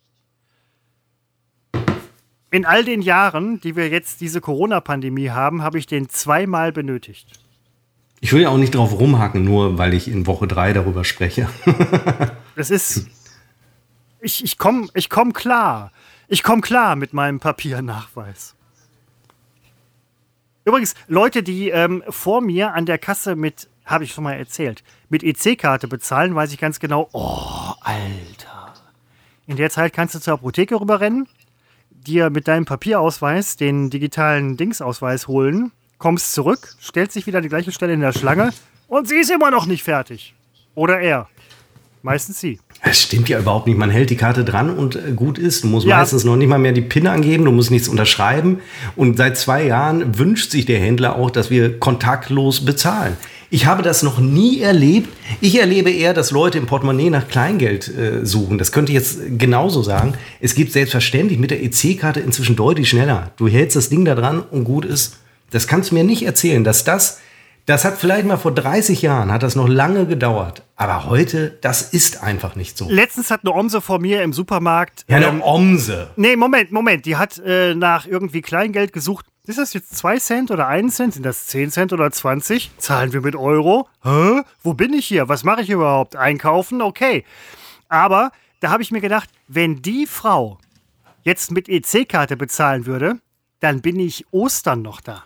In all den Jahren, die wir jetzt diese Corona-Pandemie haben, habe ich den zweimal benötigt. Ich will ja auch nicht drauf rumhacken, nur weil ich in Woche drei darüber spreche. Das ist. Ich, ich komme ich komm klar. Ich komme klar mit meinem Papiernachweis. Übrigens, Leute, die ähm, vor mir an der Kasse mit, habe ich schon mal erzählt, mit E C-Karte bezahlen, weiß ich ganz genau, oh, Alter. In der Zeit kannst du zur Apotheke rüberrennen, dir mit deinem Papierausweis den digitalen Dingsausweis holen, kommst zurück, stellst dich wieder an die gleiche Stelle in der Schlange Und sie ist immer noch nicht fertig. Oder er. Meistens sie. Das stimmt ja überhaupt nicht. Man hält die Karte dran und äh, gut ist. Du musst Ja. meistens noch nicht mal mehr die PIN angeben. Du musst nichts unterschreiben. Und seit zwei Jahren wünscht sich der Händler auch, dass wir kontaktlos bezahlen. Ich habe das noch nie erlebt. Ich erlebe eher, dass Leute im Portemonnaie nach Kleingeld äh, suchen. Das könnte ich jetzt genauso sagen. Es gibt selbstverständlich mit der E C-Karte inzwischen deutlich schneller. Du hältst das Ding da dran und gut ist. Das kannst du mir nicht erzählen, dass das... Das hat vielleicht mal vor dreißig Jahren, hat das noch lange gedauert. Aber heute, das ist einfach nicht so. Letztens hat eine Omse vor mir im Supermarkt. Ja, eine ähm, Omse. Nee, Moment, Moment. Die hat äh, nach irgendwie Kleingeld gesucht. Ist das jetzt zwei Cent oder ein Cent? Sind das zehn Cent oder zwanzig? Zahlen wir mit Euro? Hä? Wo bin ich hier? Was mache ich überhaupt? Einkaufen? Okay. Aber da habe ich mir gedacht, wenn die Frau jetzt mit E C-Karte bezahlen würde, dann bin ich Ostern noch da.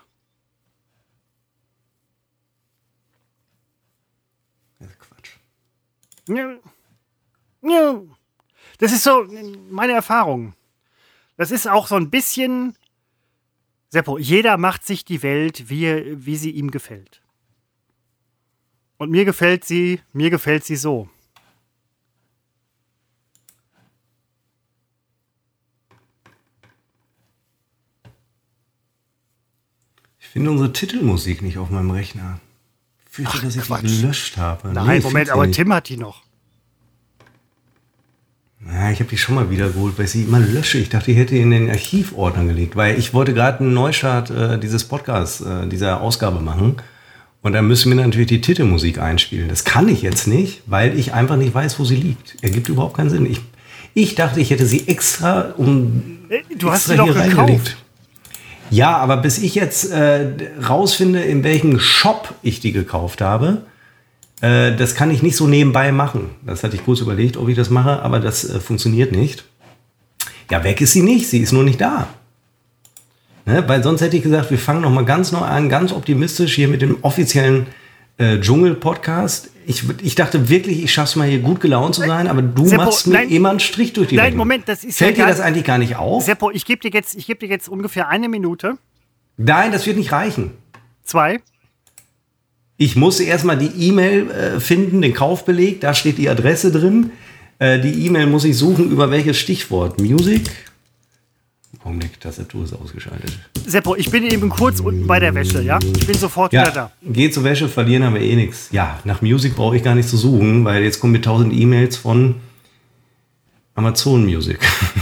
Ja. Ja. Das ist so meine Erfahrung. Das ist auch so ein bisschen, Seppo, jeder macht sich die Welt, wie, wie sie ihm gefällt. Und mir gefällt sie, mir gefällt sie so. Ich finde unsere Titelmusik nicht auf meinem Rechner. Ich fürchte, Ach, dass ich Quatsch. die gelöscht habe. Nein, Nee, Moment, find's aber nicht. Tim hat die noch. Ja, ich habe die schon mal wiedergeholt, weil ich sie immer lösche. Ich dachte, ich hätte die in den Archivordner gelegt, weil ich wollte gerade einen Neustart äh, dieses Podcasts, äh, dieser Ausgabe machen. Und dann müssen wir natürlich die Titelmusik einspielen. Das kann ich jetzt nicht, weil ich einfach nicht weiß, wo sie liegt. Ergibt überhaupt keinen Sinn. Ich, ich dachte, ich hätte sie extra um Äh, Du hast extra sie doch hier gekauft. reingelegt. Ja, aber bis ich jetzt äh, rausfinde, in welchem Shop ich die gekauft habe, äh, das kann ich nicht so nebenbei machen. Das hatte ich kurz überlegt, ob ich das mache, aber das äh, funktioniert nicht. Ja, weg ist sie nicht, sie ist nur nicht da. Ne? Weil sonst hätte ich gesagt, wir fangen noch mal ganz neu an, ganz optimistisch hier mit dem offiziellen äh, Dschungel-Podcast. Ich, ich dachte wirklich, ich schaff's mal hier gut gelaunt zu sein, aber du Seppo, machst mir nein. immer einen Strich durch die Nein, Rechnung. Moment, das ist Fällt ja dir gar- das eigentlich gar nicht auf? Seppo, ich gebe dir, jetzt- ich geb dir jetzt ungefähr eine Minute. Nein, das wird nicht reichen. Zwei. Ich muss erstmal die E-Mail äh, finden, den Kaufbeleg, da steht die Adresse drin. Äh, die E-Mail muss ich suchen, über welches Stichwort? Music? Augenblick, Tastatur ist ausgeschaltet. Seppo, ich bin eben kurz unten bei der Wäsche, ja? Ich bin sofort wieder Ja, da. geht zur Wäsche, verlieren haben wir eh nichts. Ja, nach Music brauche ich gar nicht zu suchen, weil jetzt kommen mir tausend E-Mails von Amazon Music.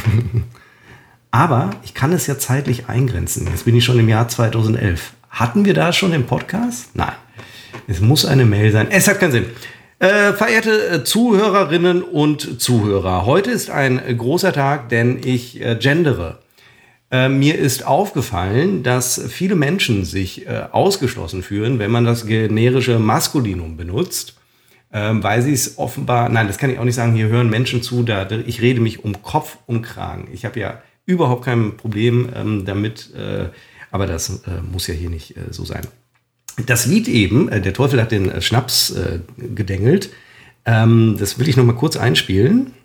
Aber ich kann es ja zeitlich eingrenzen. Jetzt bin ich schon im Jahr zweitausendelf. Hatten wir da schon den Podcast? Nein. Es muss eine Mail sein. Es hat keinen Sinn. Äh, verehrte äh, Zuhörerinnen und Zuhörer, heute ist ein äh, großer Tag, denn ich äh, gendere. Äh, mir ist aufgefallen, dass viele Menschen sich äh, ausgeschlossen fühlen, wenn man das generische Maskulinum benutzt, ähm, weil sie es offenbar, nein, das kann ich auch nicht sagen, hier hören Menschen zu, da, ich rede mich um Kopf und Kragen. Ich habe ja überhaupt kein Problem ähm, damit, äh, aber das äh, muss ja hier nicht äh, so sein. Das Lied eben, äh, der Teufel hat den äh, Schnaps äh, gedengelt, ähm, das will ich noch mal kurz einspielen.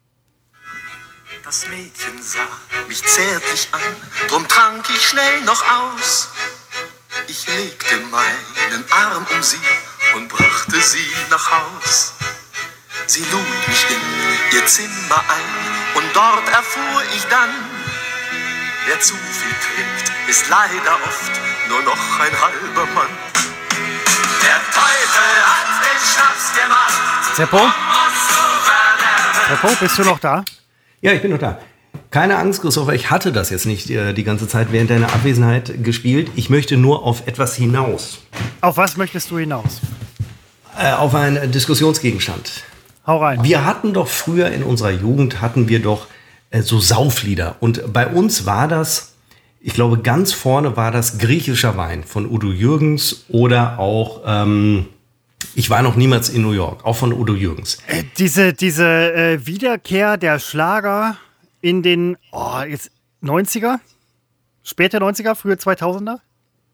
Das Mädchen sah mich zärtlich an, drum trank ich schnell noch aus. Ich legte meinen Arm um sie und brachte sie nach Haus. Sie lud mich in ihr Zimmer ein und dort erfuhr ich dann, wer zu viel trinkt, ist leider oft nur noch ein halber Mann. Der Teufel hat den Schnaps gemacht. Seppo? um uns zu verderben. Seppo, bist du noch da? Ja, ich bin noch da. Keine Angst, Christopher, ich hatte das jetzt nicht äh, die ganze Zeit während deiner Abwesenheit gespielt. Ich möchte nur auf etwas hinaus. Auf was möchtest du hinaus? Äh, auf einen Diskussionsgegenstand. Hau rein. Wir hatten doch früher in unserer Jugend, hatten wir doch äh, so Sauflieder. Und bei uns war das, ich glaube, ganz vorne war das Griechischer Wein von Udo Jürgens oder auch, ähm, ich war noch niemals in New York, auch von Udo Jürgens. Äh, diese diese äh, Wiederkehr der Schlager in den oh, jetzt neunziger? Späte neunziger, frühe zweitausender?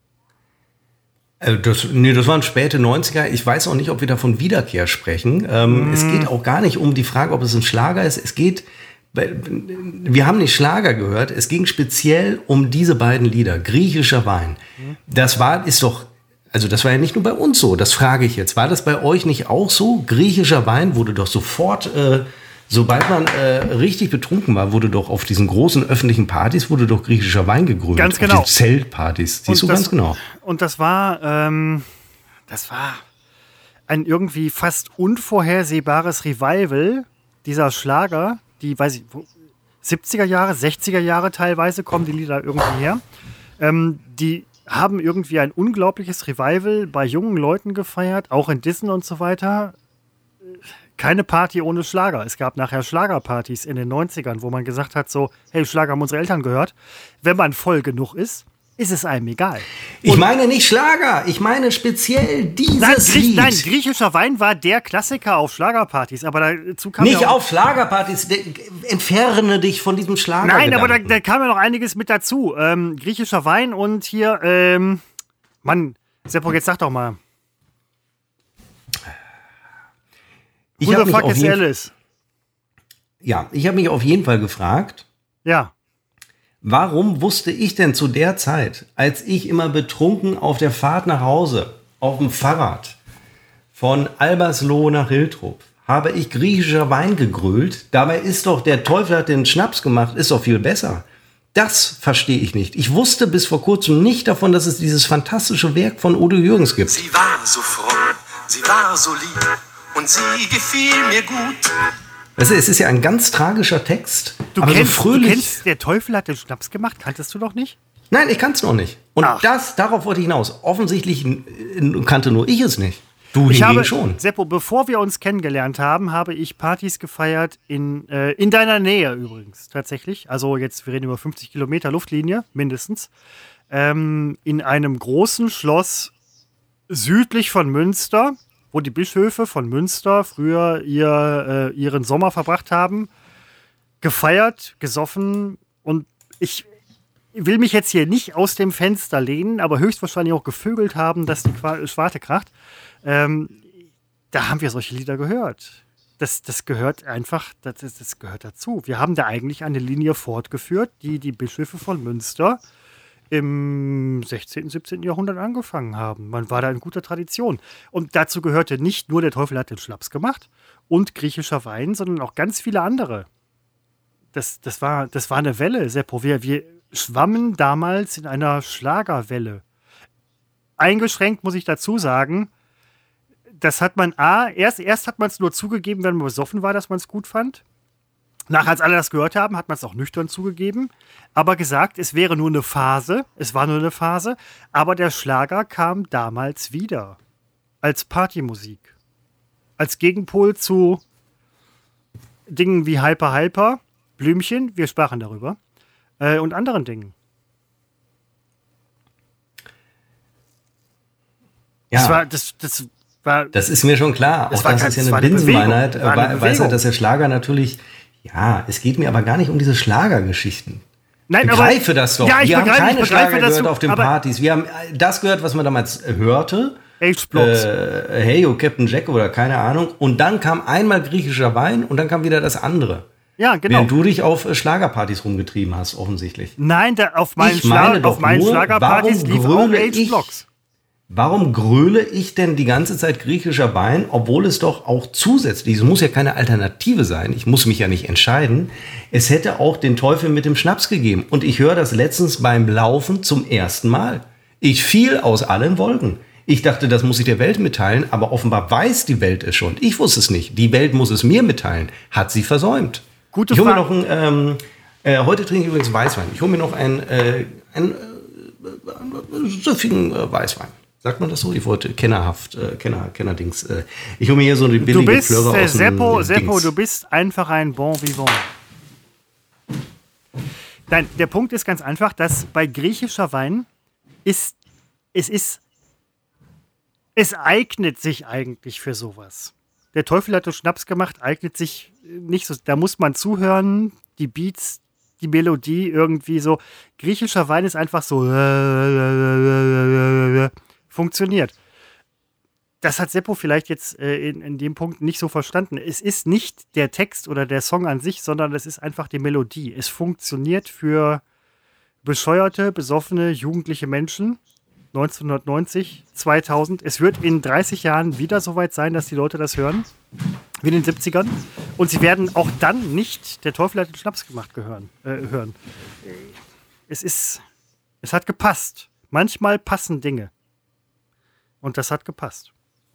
Äh, Das, nee, das waren späte neunziger. Ich weiß auch nicht, ob wir da von Wiederkehr sprechen. Ähm, mm. Es geht auch gar nicht um die Frage, ob es ein Schlager ist. Es geht, wir haben nicht Schlager gehört. Es ging speziell um diese beiden Lieder. Griechischer Wein. Das war, ist doch, Also das war ja nicht nur bei uns so, das frage ich jetzt. War das bei euch nicht auch so? Griechischer Wein wurde doch sofort, äh, sobald man äh, richtig betrunken war, wurde doch auf diesen großen öffentlichen Partys, wurde doch griechischer Wein gegrölt. Ganz genau. Auf den Zeltpartys, siehst du das, ganz genau. Und das war, ähm, das war ein irgendwie fast unvorhersehbares Revival dieser Schlager, die, weiß ich, siebziger Jahre, sechziger Jahre teilweise kommen die Lieder irgendwie her. Ähm, die haben irgendwie ein unglaubliches Revival bei jungen Leuten gefeiert, auch in Dissen und so weiter. Keine Party ohne Schlager. Es gab nachher Schlagerpartys in den neunzigern, wo man gesagt hat so, hey, Schlager haben unsere Eltern gehört. Wenn man voll genug ist, ist es einem egal. Ich Und meine nicht Schlager, ich meine speziell dieses nein, Grie Lied. nein, griechischer Wein war der Klassiker auf Schlagerpartys, aber dazu kam Nicht ja auch, auf Schlagerpartys, de- entferne dich von diesem Schlager. nein, aber da, da kam ja noch einiges mit dazu. Ähm, griechischer Wein und hier, ähm, Mann, Seppo, jetzt sag doch mal. ich Who habe the mich, fuck auf is jeden- Alice? ja, ich hab mich auf jeden Fall gefragt, Ja. warum wusste ich denn zu der Zeit, als ich immer betrunken auf der Fahrt nach Hause, auf dem Fahrrad, von Albersloh nach Hiltrup, habe ich griechischer Wein gegrölt. Dabei ist doch, der Teufel hat den Schnaps gemacht, ist doch viel besser. Das verstehe ich nicht. Ich wusste bis vor kurzem nicht davon, dass es dieses fantastische Werk von Udo Jürgens gibt. Sie war so fromm, sie war so lieb und sie gefiel mir gut. Weißt du, es ist ja ein ganz tragischer Text, Du, aber kennst, so du fröhlich. kennst, der Teufel hat den Schnaps gemacht, kanntest du doch nicht? Nein, ich kann es noch nicht. Und Ach. das, darauf wollte ich hinaus. Offensichtlich äh, kannte nur ich es nicht. Du Ich hingegen habe, schon. Seppo, bevor wir uns kennengelernt haben, habe ich Partys gefeiert in, äh, in deiner Nähe übrigens, tatsächlich. Also jetzt, wir reden über fünfzig Kilometer Luftlinie, mindestens. Ähm, in einem großen Schloss südlich von Münster, wo die Bischöfe von Münster früher ihr, äh, ihren Sommer verbracht haben, gefeiert, gesoffen und ich will mich jetzt hier nicht aus dem Fenster lehnen, aber höchstwahrscheinlich auch gevögelt haben, dass die Qua- Schwarte kracht. Ähm, da haben wir solche Lieder gehört. Das, das gehört einfach, das, das gehört dazu. Wir haben da eigentlich eine Linie fortgeführt, die die Bischöfe von Münster im sechzehnten., siebzehnten. Jahrhundert angefangen haben. Man war da in guter Tradition. Und dazu gehörte nicht nur der Teufel hat den Schnaps gemacht und griechischer Wein, sondern auch ganz viele andere. Das, das, war, das war eine Welle, Seppo. Wir, wir schwammen damals in einer Schlagerwelle. Eingeschränkt muss ich dazu sagen, das hat man A, erst, erst hat man es nur zugegeben, wenn man besoffen war, dass man es gut fand. Nachher, als alle das gehört haben, hat man es auch nüchtern zugegeben. Aber gesagt, es wäre nur eine Phase, es war nur eine Phase, aber der Schlager kam damals wieder. Als Partymusik. Als Gegenpol zu Dingen wie Hyper Hyper, Blümchen, wir sprachen darüber, äh, und anderen Dingen. Ja. Das war, das, das war, Das ist mir schon klar. Das Auch war das kein- ist ja das eine war eine Binsenweinheit. Bewegung. War eine Äh, Weiß ja, Bewegung. dass der Schlager natürlich, ja, es geht mir aber gar nicht um diese Schlagergeschichten. Nein, Ich aber- begreife das doch. Ja, ich wir haben begreife- ich keine begreife Schlager das gehört so, auf den aber- Partys. Wir haben äh, das gehört, was man damals äh, hörte. H-Blocks. Äh, hey, oh, Captain Jack oder keine Ahnung. Und dann kam einmal griechischer Wein und dann kam wieder das andere. Ja, genau. Während du dich auf äh, Schlagerpartys rumgetrieben hast, offensichtlich. Nein, da, auf meinen, Ich meine Schla doch auf meinen nur, Schlagerpartys warum lief auch gröle ich- H-Blocks. Warum gröle ich denn die ganze Zeit griechischer Wein, obwohl es doch auch zusätzlich, es muss ja keine Alternative sein, ich muss mich ja nicht entscheiden, es hätte auch den Teufel mit dem Schnaps gegeben. Und ich höre das letztens beim Laufen zum ersten Mal. Ich fiel aus allen Wolken. Ich dachte, das muss ich der Welt mitteilen, aber offenbar weiß die Welt es schon. Ich wusste es nicht. Die Welt muss es mir mitteilen. Hat sie versäumt. Gute ich hole mir Frage. noch ein, ähm, äh, heute trinke ich übrigens Weißwein. Ich hole mir noch einen, äh, einen äh, süffigen äh, Weißwein. Sagt man das so? Ich wollte kennerhaft, äh, Kenner, Kennerdings. Äh. Ich hole mir hier so eine Du billige bist, Plörre äh, aus dem Seppo, äh, Seppo, Dings. du bist einfach ein Bon Vivant. Nein, der Punkt ist ganz einfach, dass bei griechischer Wein ist, es ist, es eignet sich eigentlich für sowas. Der Teufel hat den Schnaps gemacht, eignet sich nicht so, da muss man zuhören, die Beats, die Melodie irgendwie so. Griechischer Wein ist einfach so funktioniert. Das hat Seppo vielleicht jetzt äh, in, in dem Punkt nicht so verstanden. Es ist nicht der Text oder der Song an sich, sondern es ist einfach die Melodie. Es funktioniert für bescheuerte, besoffene, jugendliche Menschen. neunzehnhundertneunzig, zweitausend. Es wird in dreißig Jahren wieder soweit sein, dass die Leute das hören, wie in den siebzigern. Und sie werden auch dann nicht Der Teufel hat den Schnaps gemacht gehören, äh, hören. Es ist, es hat gepasst. Manchmal passen Dinge. Und das hat gepasst.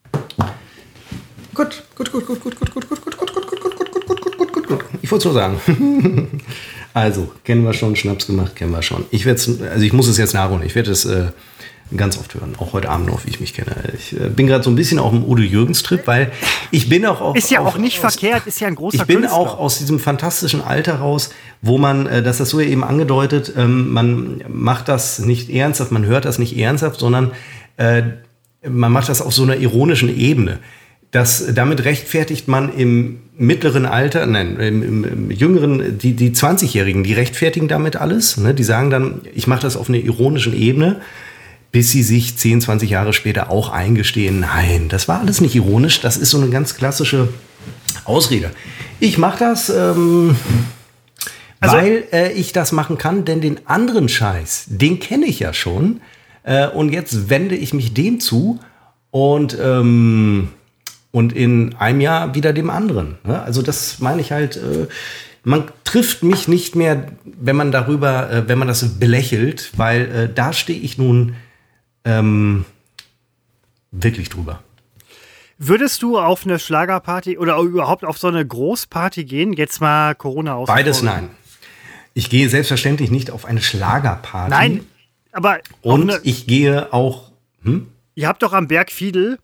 Gut, gut, gut, gut, gut, gut, gut, gut, gut, gut, gut, gut, gut, gut, gut, gut, gut, gut, gut. Ich wollte so sagen. Also, kennen wir schon, Schnaps gemacht, kennen wir schon. Ich werde also ich muss es jetzt nachholen. Ich werde es äh, ganz oft hören, auch heute Abend noch, wie ich mich kenne. Ich äh, bin gerade so ein bisschen auf dem Udo Jürgens-Trip, weil ich bin auch auf, Ist ja auf, auch nicht aus, verkehrt, ist ja ein großer Ich bin Künstler. auch aus diesem fantastischen Alter raus, wo man, äh, das hast du ja eben angedeutet, ähm, man macht das nicht ernsthaft, man hört das nicht ernsthaft, sondern äh, man macht das auf so einer ironischen Ebene. Das, damit rechtfertigt man im mittleren Alter, nein, im, im, im jüngeren, die, die zwanzigjährigen, die rechtfertigen damit alles. Ne? Die sagen dann, ich mache das auf einer ironischen Ebene, bis sie sich zehn, zwanzig Jahre später auch eingestehen, nein, das war alles nicht ironisch, das ist so eine ganz klassische Ausrede. Ich mache das, ähm, also, weil äh, ich das machen kann, denn den anderen Scheiß, den kenne ich ja schon. Äh, und jetzt wende ich mich dem zu und ähm, Und in einem Jahr wieder dem anderen. Also das meine ich halt, man trifft mich nicht mehr, wenn man darüber, wenn man das belächelt, weil da stehe ich nun ähm, wirklich drüber. Würdest du auf eine Schlagerparty oder überhaupt auf so eine Großparty gehen? Jetzt mal Corona aus. Beides nein. Ich gehe selbstverständlich nicht auf eine Schlagerparty. Nein, aber... Und eine, ich gehe auch... Hm? Ihr habt doch am Berg Fiedel...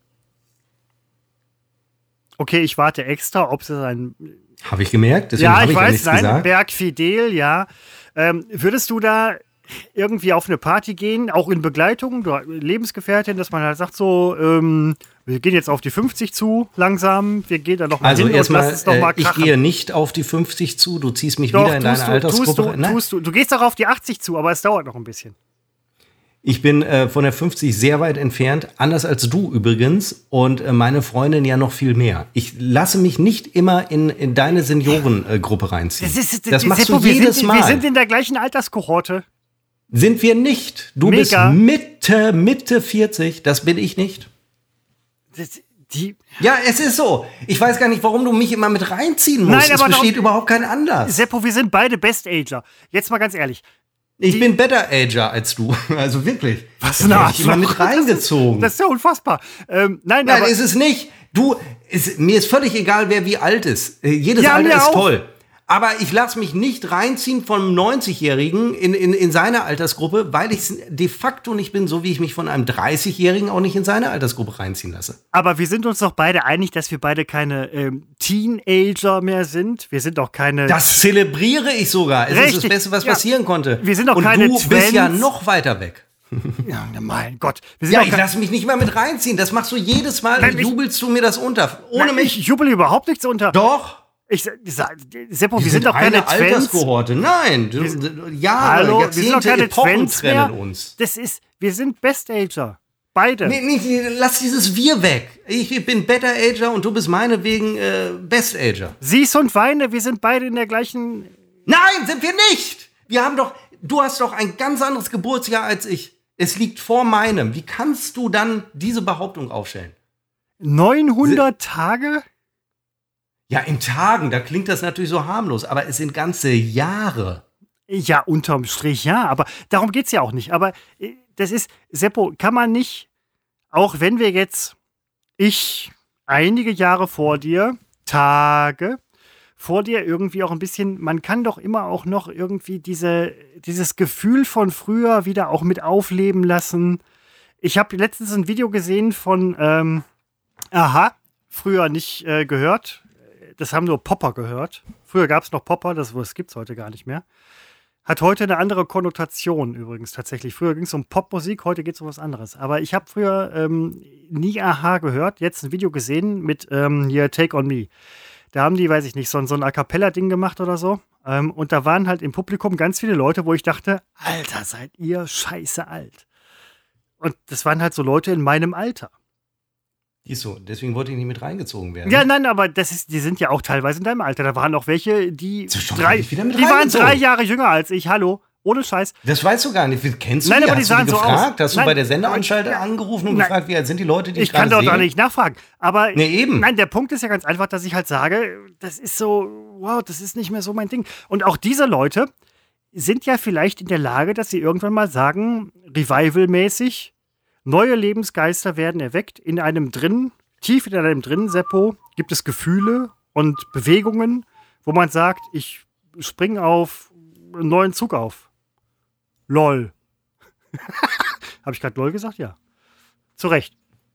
Okay, ich warte extra, ob es ein... Habe ich gemerkt, deswegen ja, habe ich ich ja weiß, nichts nein, gesagt. Berg Fidel, ja. Ähm, würdest du da irgendwie auf eine Party gehen, auch in Begleitung, du, Lebensgefährtin, dass man halt sagt so, ähm, wir gehen jetzt auf die fünfzig zu, langsam, wir gehen da noch mal also hin erstmal, und lass es noch mal äh, ich krachen. gehe nicht auf die fünfzig zu, du ziehst mich Doch, wieder in deine tust du, Altersgruppe. Tust du, Nein. tust du, du gehst doch auf die achtzig zu, aber es dauert noch ein bisschen. Ich bin äh, von der fünfzig sehr weit entfernt, anders als du übrigens und äh, meine Freundin ja noch viel mehr. Ich lasse mich nicht immer in, in deine Seniorengruppe äh, reinziehen. Das, ist, das machst Seppo, du jedes wir sind, Mal. Wir sind in der gleichen Alterskohorte. Sind wir nicht. Du Mega. bist Mitte, Mitte vierzig, das bin ich nicht. Das, die Ja, es ist so. Ich weiß gar nicht, warum du mich immer mit reinziehen musst. Nein, es aber besteht doch, überhaupt kein Anlass. Seppo, wir sind beide Best-Ager. Jetzt mal ganz ehrlich. Ich die- bin better Ager als du. Also wirklich. Was Da ein werd ich immer Arschloch. mit reingezogen. Das ist ja unfassbar. Ähm, nein, Nein, aber ist es nicht. Du, es, mir ist völlig egal, wer wie alt ist. Äh, Jedes Ja, Alter mir ist auch. toll. Aber ich lasse mich nicht reinziehen von einem neunzigjährigen in, in, in seine Altersgruppe, weil ich es de facto nicht bin, so wie ich mich von einem dreißigjährigen auch nicht in seine Altersgruppe reinziehen lasse. Aber wir sind uns doch beide einig, dass wir beide keine ähm, Teenager mehr sind. Wir sind auch keine... Das zelebriere ich sogar. Es ist Richtig. das Beste, was Ja. passieren konnte. Wir sind auch Und keine du bist ja Twents. noch weiter weg. Ja, mein Gott. Wir sind Ja, auch ich kein- lasse mich nicht mal mit reinziehen. Das machst du jedes Mal Nein, und ich- jubelst du mir das unter. Ohne Nein, mich. Ich jubel überhaupt nichts unter. Doch. Ich, ich, sag- Seppo, wir sind doch keine eine Twents. Alterskohorte. Nein. Du, Jahre, Hallo, wir sind doch Jahrzehnte, keine Epochen Twents trennen mehr. uns. Das ist, wir sind Best-Ager. Beide. Nee, nee, lass dieses Wir weg. Ich bin Better Ager und du bist meinetwegen äh, Best Ager. Siehst und Weine, wir sind beide in der gleichen... Nein, sind wir nicht. Wir haben doch, du hast doch ein ganz anderes Geburtsjahr als ich. Es liegt vor meinem. Wie kannst du dann diese Behauptung aufstellen? neunhundert Tage? Ja, in Tagen, da klingt das natürlich so harmlos, aber es sind ganze Jahre. Ja, unterm Strich, ja, aber darum geht's ja auch nicht. Aber äh, das ist, Seppo, kann man nicht, auch wenn wir jetzt, ich einige Jahre vor dir, Tage vor dir irgendwie auch ein bisschen, man kann doch immer auch noch irgendwie diese, dieses Gefühl von früher wieder auch mit aufleben lassen. Ich habe letztens ein Video gesehen von, ähm, aha, früher nicht äh, gehört. Das haben nur Popper gehört. Früher gab es noch Popper, das, das gibt es heute gar nicht mehr. Hat heute eine andere Konnotation übrigens tatsächlich. Früher ging es um Popmusik, heute geht es um was anderes. Aber ich habe früher ähm, nie Aha gehört, jetzt ein Video gesehen mit ähm, hier Take On Me. Da haben die, weiß ich nicht, so, so ein A-Cappella-Ding gemacht oder so. Ähm, und da waren halt im Publikum ganz viele Leute, wo ich dachte, Alter, seid ihr scheiße alt. Und das waren halt so Leute in meinem Alter. Ist so, deswegen wollte ich nicht mit reingezogen werden. Ja, nein, aber das ist, die sind ja auch teilweise in deinem Alter. Da waren auch welche, die, So, schon drei, hab ich wieder mit die waren reingezogen. drei Jahre jünger als ich, hallo. Ohne Scheiß. Das weißt du gar nicht. Kennst du Nein, die? aber die Hast du sahen die so gefragt? aus. Hast du Nein, bei der Sendeanstalt nein, angerufen und nein. gefragt, wie alt sind die Leute, die Ich ich kann gerade doch da sehe? nicht nachfragen. Aber Nee, eben. Nein, der Punkt ist ja ganz einfach, dass ich halt sage, das ist so, wow, das ist nicht mehr so mein Ding. Und auch diese Leute sind ja vielleicht in der Lage, dass sie irgendwann mal sagen, Revival-mäßig, neue Lebensgeister werden erweckt. In einem drin, tief in einem drin, Seppo, gibt es Gefühle und Bewegungen, wo man sagt, ich spring auf einen neuen Zug auf. LOL. Habe ich gerade LOL gesagt? Ja. Zu Recht.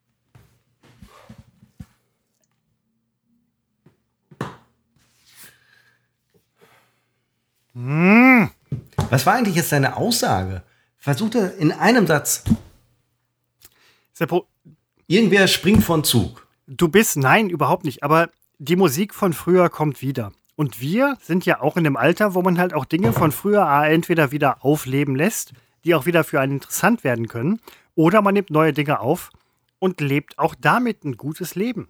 Mmh. Was war eigentlich jetzt deine Aussage? Versuchte in einem Satz. Seppo, Irgendwer springt von Zug. du bist, nein, überhaupt nicht. Aber die Musik von früher kommt wieder. Und wir sind ja auch in dem Alter, wo man halt auch Dinge von früher entweder wieder aufleben lässt, die auch wieder für einen interessant werden können, oder man nimmt neue Dinge auf und lebt auch damit ein gutes Leben.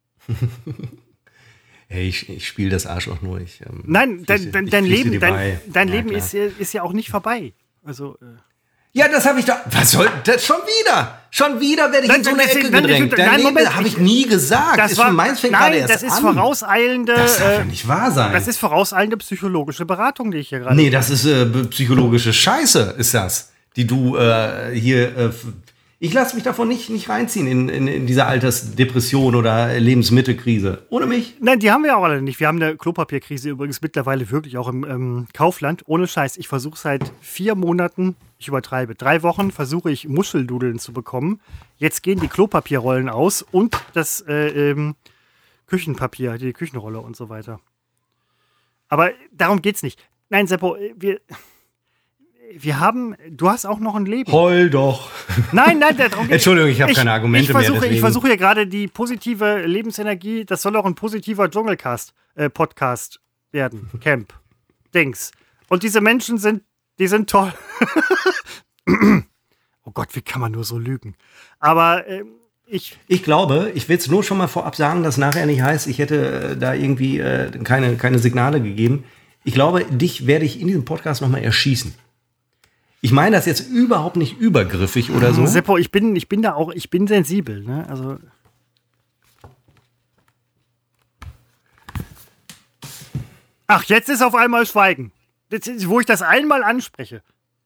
Hey, ich, ich spiele das Arschloch nur. Ich, ähm, Nein, dein, fließe- dein, ich dein fließe Leben, dir dein, bei. dein Ja, Leben klar. ist, ja- ist ja auch nicht vorbei. Also, äh, Ja, das habe ich doch. Was soll das schon wieder? Schon wieder werde ich Nein, in so eine das- Ecke nein, gedrängt. nein, Dein nein, Leben Moment, habe ich ich- nie gesagt. das ist war, für meins fängt gerade nein, erst das ist an. vorauseilende, Das darf ja äh, nicht wahr sein. das ist vorauseilende psychologische Beratung, die ich hier gerade. Nee, das ist äh, psychologische Scheiße, ist das. Die du äh, hier. Äh, f- ich lasse mich davon nicht, nicht reinziehen in, in, in diese Altersdepression oder Lebensmittelkrise. Ohne mich. Nein, die haben wir auch alle nicht. Wir haben eine Klopapierkrise übrigens mittlerweile wirklich auch im ähm, Kaufland. Ohne Scheiß. Ich versuche seit vier Monaten, ich übertreibe, drei Wochen versuche ich Muscheldudeln zu bekommen. Jetzt gehen die Klopapierrollen aus und das äh, ähm, Küchenpapier, die Küchenrolle und so weiter. Aber darum geht's nicht. Nein, Seppo, wir, wir haben, du hast auch noch ein Leben. Heul doch. Nein, nein, darum geht's. Entschuldigung, ich habe keine Argumente ich versuche, mehr. Ich deswegen- versuche hier gerade die positive Lebensenergie, das soll auch ein positiver Dschungelcast, äh, Podcast werden. Camp. Dings. Und diese Menschen sind, die sind toll. Oh Gott, wie kann man nur so lügen? Aber ähm, ich, Ich glaube, ich will es nur schon mal vorab sagen, dass nachher nicht heißt, ich hätte äh, da irgendwie äh, keine, keine Signale gegeben. Ich glaube, dich werde ich in diesem Podcast nochmal erschießen. Ich meine das jetzt überhaupt nicht übergriffig oder so. Seppo, ich bin, ich bin da auch, ich bin sensibel, ne? Also. Ach, jetzt ist auf einmal Schweigen. Jetzt, ist- wo ich das einmal anspreche.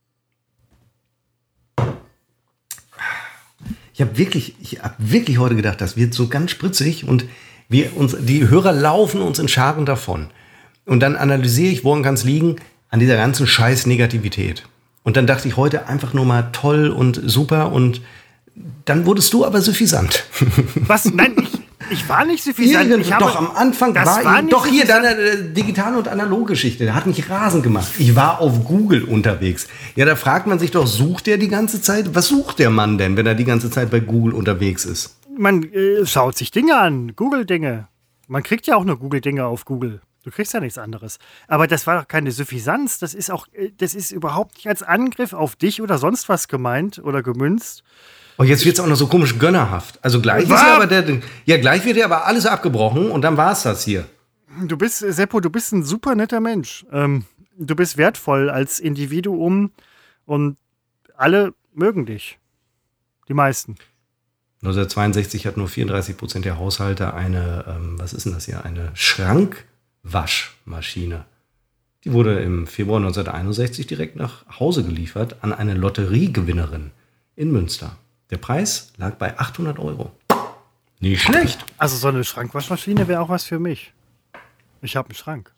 Ich habe wirklich, ich habe wirklich heute gedacht, das wird so ganz spritzig und wir uns, die Hörer laufen uns in Scharen davon. Und dann analysiere ich, woran kann es liegen? An dieser ganzen scheiß Negativität. Und dann dachte ich heute einfach nur mal toll und super und dann wurdest du aber suffisant. Was? Nein, ich, ich war nicht suffisant. Irgend- Ich habe, doch, am Anfang das war, war ich, nicht doch hier suffisant. deine äh, digitale und analoge Geschichte. Der hat mich rasend gemacht. Ich war auf Google unterwegs. Ja, da fragt man sich doch, sucht der die ganze Zeit? Was sucht der Mann denn, wenn er die ganze Zeit bei Google unterwegs ist? Man äh, schaut sich Dinge an, Google-Dinge. Man kriegt ja auch nur Google-Dinge auf Google. Du kriegst ja nichts anderes. Aber das war doch keine Suffisanz. Das ist auch, äh, das ist überhaupt nicht als Angriff auf dich oder sonst was gemeint oder gemünzt. Und jetzt wird es auch noch so komisch gönnerhaft. Also gleich ist Was? ja aber der, ja, gleich wird ja aber alles abgebrochen und dann war es das hier. Du bist, äh, Seppo, du bist ein super netter Mensch. Ähm, du bist wertvoll als Individuum und alle mögen dich. Die meisten. neunzehnhundertzweiundsechzig hat nur vierunddreißig Prozent der Haushalte eine, ähm, was ist denn das hier, eine Schrankwaschmaschine. Die wurde im Februar neunzehnhunderteinundsechzig direkt nach Hause geliefert an eine Lotteriegewinnerin in Münster. Der Preis lag bei achthundert Euro. Nicht schlecht. Also so eine Schrankwaschmaschine wäre auch was für mich. Ich habe einen Schrank.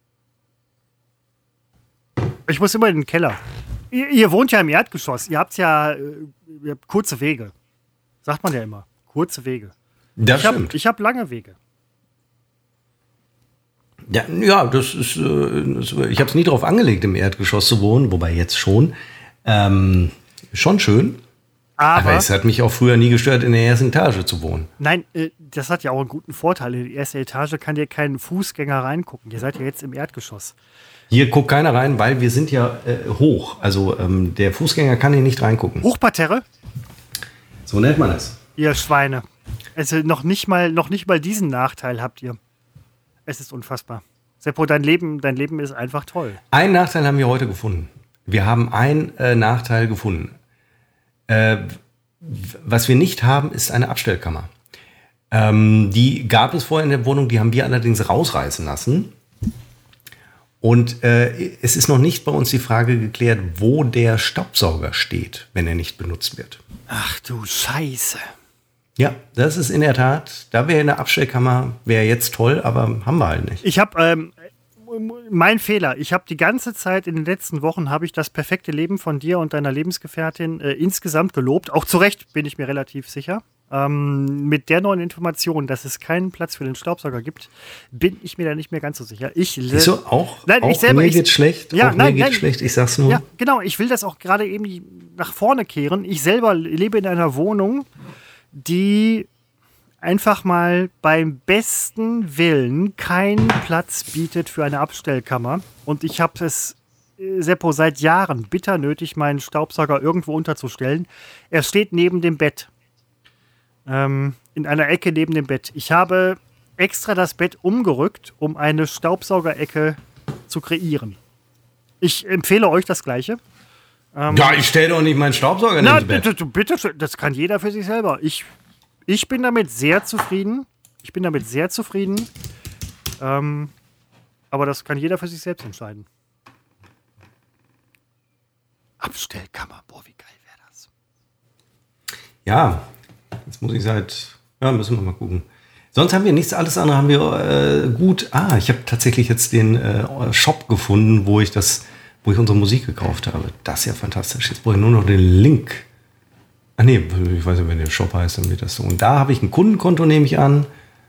Ich muss immer in den Keller. Ihr, ihr wohnt ja im Erdgeschoss. Ihr habt ja äh, ihr habt kurze Wege. Sagt man ja immer. Kurze Wege. Das Ich habe stimmt. ich hab lange Wege. Ja, ja, das ist, äh, das, ich habe es nie darauf angelegt, im Erdgeschoss zu wohnen, wobei jetzt schon. Ähm, schon schön. Aber, Aber es hat mich auch früher nie gestört, in der ersten Etage zu wohnen. nein, äh, das hat ja auch einen guten Vorteil. In die erste Etage kann dir kein Fußgänger reingucken. Ihr seid ja jetzt im Erdgeschoss. Hier guckt keiner rein, weil wir sind ja äh, hoch. Also ähm, der Fußgänger kann hier nicht reingucken. Hochparterre, So nennt man es. ihr Schweine. Also noch nicht mal, noch nicht mal diesen Nachteil habt ihr. Es ist unfassbar. Seppo, dein Leben, dein Leben ist einfach toll. Einen Nachteil haben wir heute gefunden. Wir haben einen äh, Nachteil gefunden. Äh, was wir nicht haben, ist eine Abstellkammer. Ähm, die gab es vorher in der Wohnung, die haben wir allerdings rausreißen lassen. Und äh, es ist noch nicht bei uns die Frage geklärt, wo der Staubsauger steht, wenn er nicht benutzt wird. Ach du Scheiße. Ja, das ist in der Tat, da wäre eine Abstellkammer, wäre jetzt toll, aber haben wir halt nicht. Ich habe, ähm, mein Fehler, ich habe die ganze Zeit in den letzten Wochen, habe ich das perfekte Leben von dir und deiner Lebensgefährtin äh, insgesamt gelobt. Auch zu Recht, bin ich mir relativ sicher. Ähm, mit der neuen Information, dass es keinen Platz für den Staubsauger gibt, bin ich mir da nicht mehr ganz so sicher. Ich Wieso? Auch, nein, auch ich selber, mir ich, geht's schlecht, ja, auch nein, mir geht's nein, schlecht, ich sag's nur. Ja, genau, ich will das auch gerade eben nach vorne kehren. Ich selber lebe in einer Wohnung, die einfach mal beim besten Willen keinen Platz bietet für eine Abstellkammer. Und ich habe es, Seppo, seit Jahren bitter nötig, meinen Staubsauger irgendwo unterzustellen. Er steht neben dem Bett. Ähm, in einer Ecke neben dem Bett. Ich habe extra das Bett umgerückt, um eine Staubsaugerecke zu kreieren. Ich empfehle euch das Gleiche. Ähm, ja, ich stelle doch nicht meinen Staubsauger neben das Bett. Bitte, bitte, das kann jeder für sich selber. Ich, ich bin damit sehr zufrieden. Ich bin damit sehr zufrieden. Ähm, aber das kann jeder für sich selbst entscheiden. Abstellkammer, boah, wie geil wäre das. Ja, jetzt muss ich seit, ja, müssen wir mal gucken. Sonst haben wir nichts, alles andere haben wir äh, gut. Ah, ich habe tatsächlich jetzt den äh, Shop gefunden, wo ich das, wo ich unsere Musik gekauft habe. Das ist ja fantastisch. Jetzt brauche ich nur noch den Link. Ah nee, ich weiß nicht, wenn der Shop heißt, dann wird das so. Und da habe ich ein Kundenkonto, nehme ich an.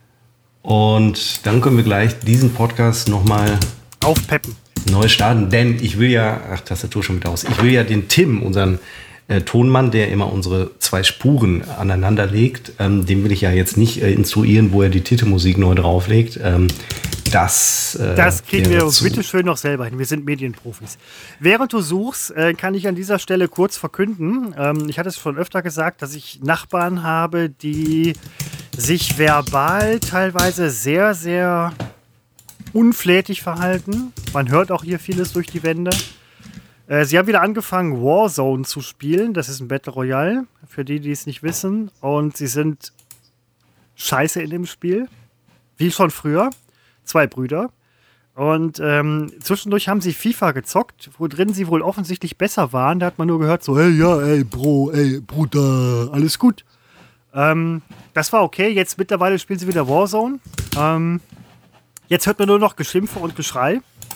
Und dann können wir gleich diesen Podcast nochmal aufpeppen. Neu starten, denn ich will ja, ach, Tastatur schon wieder aus, ich will ja den Tim, unseren äh, Tonmann, der immer unsere zwei Spuren aneinander legt, ähm, dem will ich ja jetzt nicht äh, instruieren, wo er die Titelmusik neu drauflegt. Ähm, das äh, das kriegen wir uns bitteschön noch selber hin. Wir sind Medienprofis. Während du suchst, äh, kann ich an dieser Stelle kurz verkünden, ähm, ich hatte es schon öfter gesagt, dass ich Nachbarn habe, die sich verbal teilweise sehr, sehr unflätig verhalten. Man hört auch hier vieles durch die Wände. Äh, sie haben wieder angefangen, Warzone zu spielen. Das ist ein Battle Royale, für die, die es nicht wissen. Und sie sind scheiße in dem Spiel. Wie schon früher. Zwei Brüder. Und ähm, zwischendurch haben sie FIFA gezockt, wo drin sie wohl offensichtlich besser waren. Da hat man nur gehört so, hey, ja, ey, Bro, ey, Bruder, alles gut. Ähm, das war okay. Jetzt mittlerweile spielen sie wieder Warzone. Ähm, Jetzt hört man nur noch Geschimpfe und Geschrei.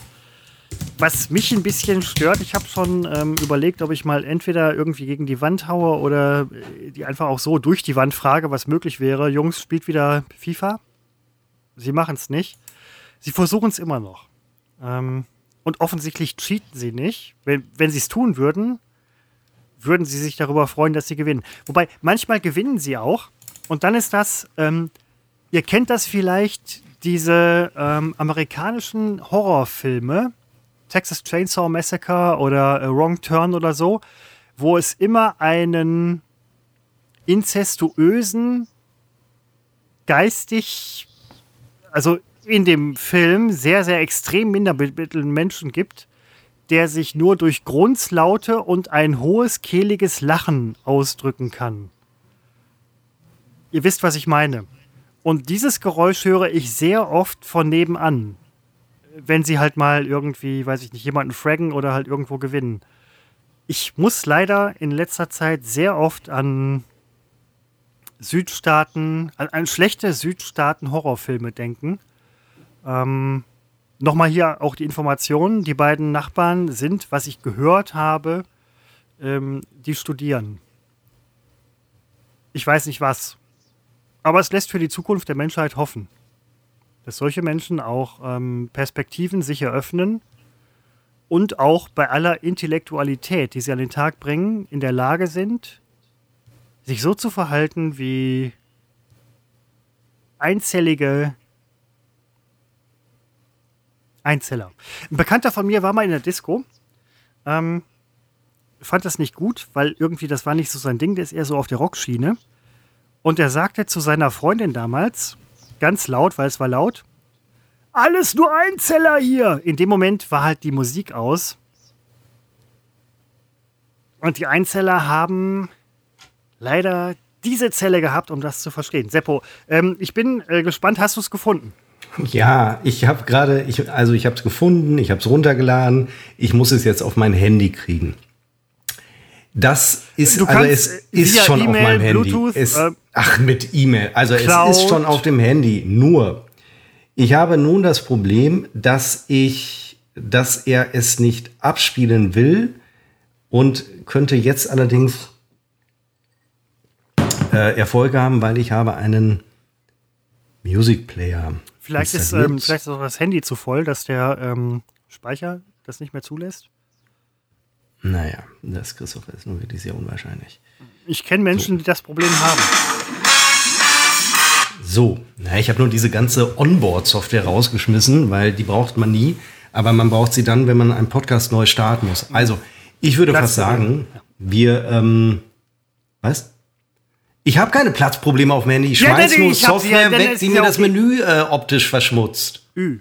Was mich ein bisschen stört, ich habe schon ähm, überlegt, ob ich mal entweder irgendwie gegen die Wand haue oder die einfach auch so durch die Wand frage, was möglich wäre. Jungs, spielt wieder FIFA? Sie machen es nicht. Sie versuchen es immer noch. Ähm, und offensichtlich cheaten sie nicht. Wenn, wenn sie es tun würden, würden sie sich darüber freuen, dass sie gewinnen. Wobei, manchmal gewinnen sie auch. Und dann ist das, ähm, ihr kennt das vielleicht, diese ähm, amerikanischen Horrorfilme, Texas Chainsaw Massacre oder äh, Wrong Turn oder so, wo es immer einen inzestuösen, geistig, also in dem Film sehr, sehr extrem minderbemittelten Menschen gibt, der sich nur durch Grunzlaute und ein hohes, kehliges Lachen ausdrücken kann. Ihr wisst, was ich meine. Und dieses Geräusch höre ich sehr oft von nebenan, wenn sie halt mal irgendwie, weiß ich nicht, jemanden fraggen oder halt irgendwo gewinnen. Ich muss leider in letzter Zeit sehr oft an Südstaaten, an, an schlechte Südstaaten-Horrorfilme denken. Ähm, Nochmal hier auch die Informationen. Die beiden Nachbarn sind, was ich gehört habe, ähm, die studieren. Ich weiß nicht was. Aber es lässt für die Zukunft der Menschheit hoffen, dass solche Menschen auch ähm, Perspektiven sich eröffnen und auch bei aller Intellektualität, die sie an den Tag bringen, in der Lage sind, sich so zu verhalten wie einzellige Einzeller. Ein Bekannter von mir war mal in der Disco, ähm, fand das nicht gut, weil irgendwie das war nicht so sein Ding, der ist eher so auf der Rockschiene. Und er sagte zu seiner Freundin damals, ganz laut, weil es war laut, alles nur Einzeller hier. In dem Moment war halt die Musik aus. Und die Einzeller haben leider diese Zelle gehabt, um das zu verstehen. Seppo, ähm, ich bin äh, gespannt, hast du es gefunden? Ja, ich habe gerade, ich, also ich habe es gefunden, ich habe es runtergeladen, ich muss es jetzt auf mein Handy kriegen. Das ist, Du also kannst es ist via schon E-Mail, auf meinem Handy. Bluetooth, Es, äh, ach, mit E-Mail. Also Cloud. es ist schon auf dem Handy. Nur, ich habe nun das Problem, dass ich, dass er es nicht abspielen will und könnte jetzt allerdings äh, Erfolge haben, weil ich habe einen Music Player. Vielleicht ist, ähm, vielleicht ist auch das Handy zu voll, dass der ähm, Speicher das nicht mehr zulässt. Naja, das, Christopher, ist nur wirklich sehr unwahrscheinlich. Ich kenne Menschen, so. die das Problem haben. So, na, ich habe nur diese ganze Onboard-Software rausgeschmissen, weil die braucht man nie. Aber man braucht sie dann, wenn man einen Podcast neu starten muss. Also, ich würde fast sagen, wir, ähm, was? Ich habe keine Platzprobleme auf dem Handy. Ich Ja, schmeiß nee, nee, nur ich hab Software sie, ja, weg, dann die ist mir ja das okay. Menü äh, optisch verschmutzt. Ü.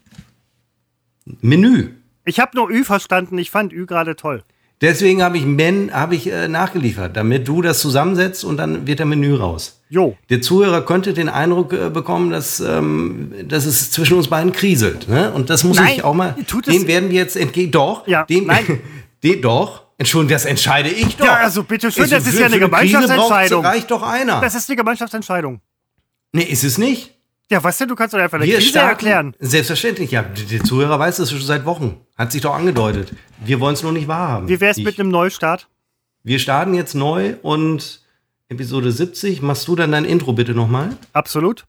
Menü. Ich habe nur Ü verstanden, ich fand Ü gerade toll. Deswegen habe ich Men hab ich, äh, nachgeliefert, damit du das zusammensetzt und dann wird der Menü raus. Jo. Der Zuhörer könnte den Eindruck äh, bekommen, dass, ähm, dass es zwischen uns beiden kriselt. Ne? Und das muss Nein, ich auch mal. tut es- Dem werden wir jetzt entgegen. Doch. Ja, dem, nein. dem, doch. Entschuldigung, das entscheide ich doch. Ja, also bitte schön, Es- das ist für- ja eine für Krise Gemeinschaftsentscheidung. braucht's- reicht doch einer. Das ist eine Gemeinschaftsentscheidung. Nee, ist es nicht? Ja, was denn? Du kannst doch einfach eine Wir Krise starten- erklären. Selbstverständlich, ja. Der der Zuhörer weiß das schon seit Wochen. Hat sich doch angedeutet. Wir wollen es nur nicht wahrhaben. Wie wär's Ich- mit einem Neustart? Wir starten jetzt neu und Episode siebzig. Machst du dann dein Intro bitte nochmal? Absolut.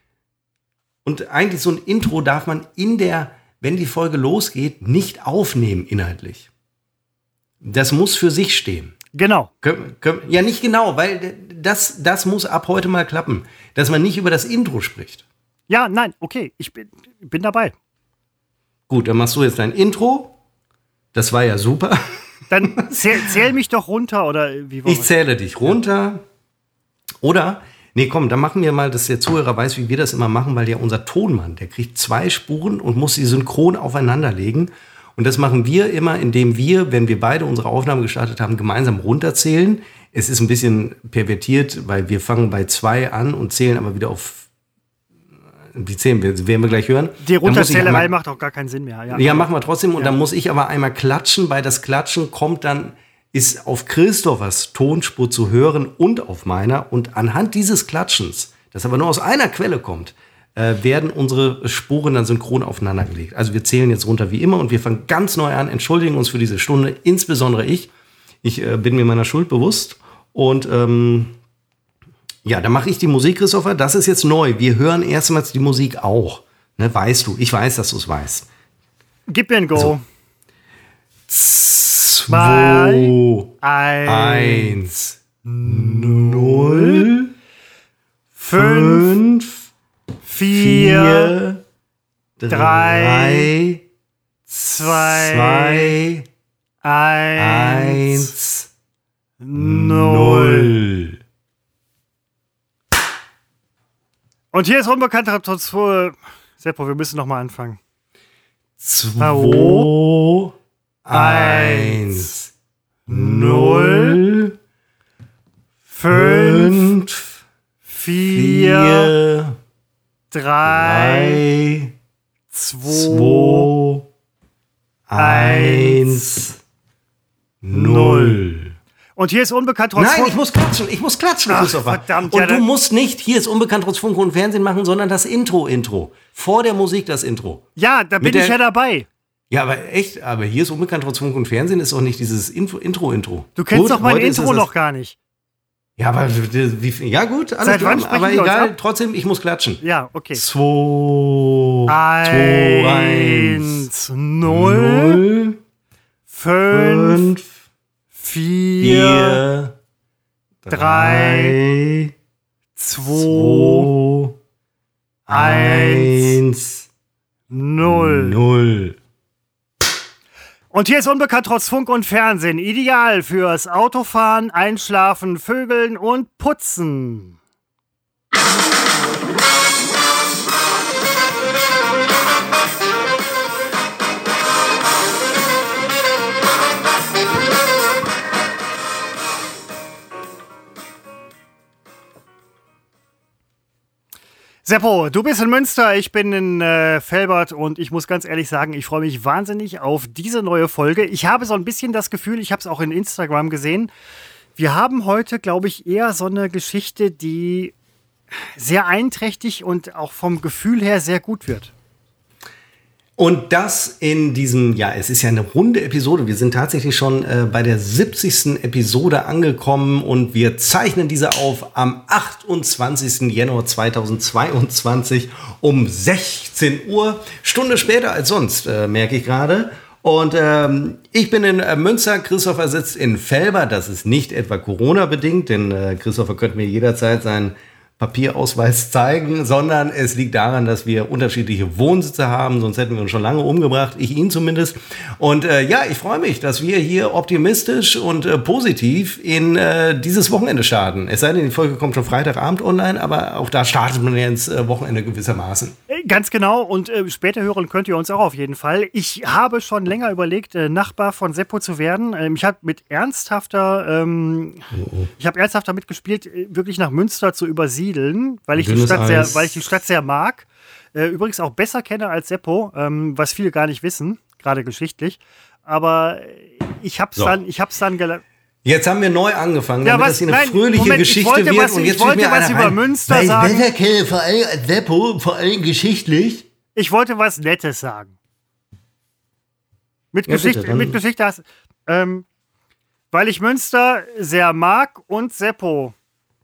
Und eigentlich so ein Intro darf man in der, wenn die Folge losgeht, nicht aufnehmen inhaltlich. Das muss für sich stehen. Genau. Kön- kön- Ja, nicht genau, weil das, das muss ab heute mal klappen, dass man nicht über das Intro spricht. Ja, nein, okay, ich bin, bin dabei. Gut, dann machst du jetzt dein Intro. Das war ja super. Dann zähl, zähl mich doch runter, oder wie wollen Ich zähle dich runter. Oder, nee, komm, dann machen wir mal, dass der Zuhörer weiß, wie wir das immer machen, weil ja unser Tonmann, der kriegt zwei Spuren und muss sie synchron aufeinander legen. Und das machen wir immer, indem wir, wenn wir beide unsere Aufnahme gestartet haben, gemeinsam runterzählen. Es ist ein bisschen pervertiert, weil wir fangen bei zwei an und zählen aber wieder auf die zehn, werden wir gleich hören. Die Dann muss ich Runterzählerei einmal- macht auch gar keinen Sinn mehr. Ja, Ja, machen wir trotzdem. Und Ja. dann muss ich aber einmal klatschen, weil das Klatschen kommt dann, ist auf Christophers Tonspur zu hören und auf meiner. Und anhand dieses Klatschens, das aber nur aus einer Quelle kommt, äh, werden unsere Spuren dann synchron aufeinander gelegt. Also wir zählen jetzt runter wie immer und wir fangen ganz neu an, entschuldigen uns für diese Stunde, insbesondere ich. Ich äh, bin mir meiner Schuld bewusst. Und ähm, ja, dann mache ich die Musik, Christopher. Das ist jetzt neu. Wir hören erstmals die Musik auch. Ne, weißt du, ich weiß, dass du es weißt. Gib mir ein Go. So. Zwei, Zwei, eins, eins, null, fünf, fünf, vier, vier, drei, drei, zwei, zwei, eins, eins, null. null. Und hier ist unbekannter trotz Seppo, wir müssen noch mal anfangen. Zwei, eins, null, Fünf, fünf, vier, vier, drei, drei, zwei, zwei, eins, null. Und hier ist unbekannt trotz Nein, ich muss klatschen, ich muss klatschen, Ach, Christopher. verdammt, und ja, du dann- musst nicht, hier ist unbekannt trotz Funk und Fernsehen machen, sondern das Intro-Intro. Vor der Musik das Intro. Ja, da bin Mit ich der- ja dabei. Ja, aber echt, aber hier ist unbekannt trotz Funk und Fernsehen ist doch nicht dieses Info- Intro-Intro. Du kennst Gut, doch mein heute ist Intro das- noch gar nicht. Ja, aber wie, ja gut, alles Seit klar, wann sprechen aber wir uns egal, ab? trotzdem, ich muss klatschen. Ja, okay. Zwei, zwei, eins, Eins, null, null, fünf, fünf, vier, vier, drei, drei, zwei, zwei, eins, null. null. Und hier ist unbekannt trotz Funk und Fernsehen. Ideal fürs Autofahren, Einschlafen, Vögeln und Putzen. Seppo, du bist in Münster, ich bin in äh, Velbert und ich muss ganz ehrlich sagen, ich freue mich wahnsinnig auf diese neue Folge. Ich habe so ein bisschen das Gefühl, ich habe es auch in Instagram gesehen, wir haben heute, glaube ich, eher so eine Geschichte, die sehr einträchtig und auch vom Gefühl her sehr gut wird. Und das in diesem, ja, es ist ja eine runde Episode. Wir sind tatsächlich schon äh, bei der siebzigsten Episode angekommen und wir zeichnen diese auf am achtundzwanzigsten Januar zweitausendzweiundzwanzig um sechzehn Uhr. Stunde später als sonst, äh, merke ich gerade. Und ähm, ich bin in äh, Münster, Christopher sitzt in Velbert. Das ist nicht etwa Corona-bedingt, denn äh, Christopher könnte mir jederzeit seinen Papierausweis zeigen, sondern es liegt daran, dass wir unterschiedliche Wohnsitze haben, sonst hätten wir uns schon lange umgebracht, ich ihn zumindest. Und äh, ja, ich freue mich, dass wir hier optimistisch und äh, positiv in äh, dieses Wochenende starten. Es sei denn, die Folge kommt schon Freitagabend online, aber auch da startet man ja ins äh, Wochenende gewissermaßen. Ganz genau, und äh, später hören könnt ihr uns auch auf jeden Fall. Ich habe schon länger überlegt, äh, Nachbar von Seppo zu werden. Ähm, ich habe mit ernsthafter, ähm, oh, oh. ich habe ernsthaft mitgespielt, äh, wirklich nach Münster zu übersiedeln. Weil ich, die Stadt sehr, weil ich die Stadt sehr mag. Äh, übrigens auch besser kenne als Seppo, ähm, was viele gar nicht wissen, gerade geschichtlich. Aber ich hab's so. dann, ich hab's dann gelernt. Jetzt haben wir neu angefangen, ja, damit was, das hier eine nein, fröhliche Moment, Geschichte wollte, wird. Was, und jetzt ich wollte was über rein. Münster Weil sagen. Besser kenne vor allem als Seppo, vor allem geschichtlich. Ich wollte was Nettes sagen. Mit, ja, Geschichte, bitte, mit Geschichte hast ähm, weil ich Münster sehr mag und Seppo.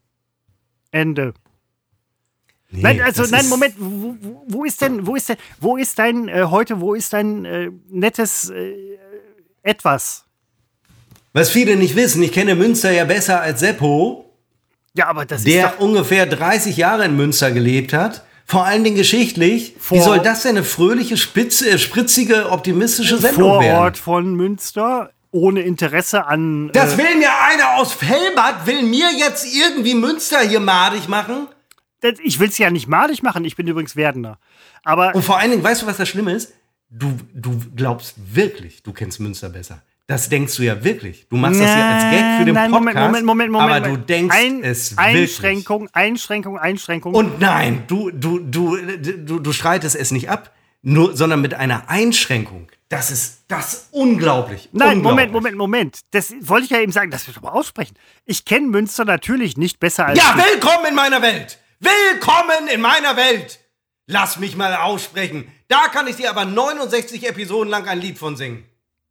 Ende. Nee, nein, also nein, Moment, wo, wo, wo ist denn, wo ist denn, wo ist dein äh, heute, wo ist dein äh, nettes äh, Etwas? Was viele nicht wissen, ich kenne Münster ja besser als Seppo. Ja, aber das der ist doch ungefähr dreißig Jahre in Münster gelebt hat. Vor allen Dingen geschichtlich. Vor, Wie soll das denn eine fröhliche, spitze, spritzige, optimistische Sendung Vorort werden? Vorort von Münster. Ohne Interesse an... Das äh, will mir einer aus Velbert, will mir jetzt irgendwie Münster hier madig machen? Das, ich will es ja nicht madig machen, ich bin übrigens Werdener. Aber und vor allen Dingen, weißt du, was das Schlimme ist? Du, du glaubst wirklich, du kennst Münster besser. Das denkst du ja wirklich. Du machst das hier als Gag für den nein, Podcast, Moment, Moment, Moment, Moment, aber du denkst Ein, es Einschränkung, wirklich. Einschränkung, Einschränkung. Und nein, du, du, du, du, du streitest es nicht ab, nur, sondern mit einer Einschränkung. Das ist das unglaublich. Nein, unglaublich. Moment, Moment, Moment. Das wollte ich ja eben sagen, das will ich aber aussprechen. Ich kenne Münster natürlich nicht besser als Ja, du. willkommen in meiner Welt. Willkommen in meiner Welt. Lass mich mal aussprechen. Da kann ich dir aber neunundsechzig Episoden lang ein Lied von singen.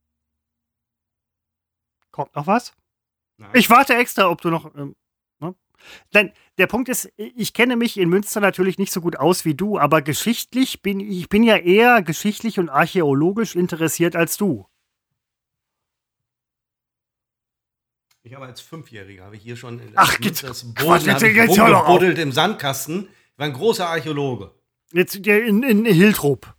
Kommt noch was? Nein. Ich warte extra, ob du noch... Ähm, ne? Nein, der Punkt ist, ich kenne mich in Münster natürlich nicht so gut aus wie du, aber geschichtlich bin ich bin ja eher geschichtlich und archäologisch interessiert als du. Ich habe als Fünfjähriger habe ich hier schon in Ach, das Quatsch, Boden jetzt, jetzt rumgebuddelt im Sandkasten. Ich war ein großer Archäologe. Jetzt in, in Hiltrup.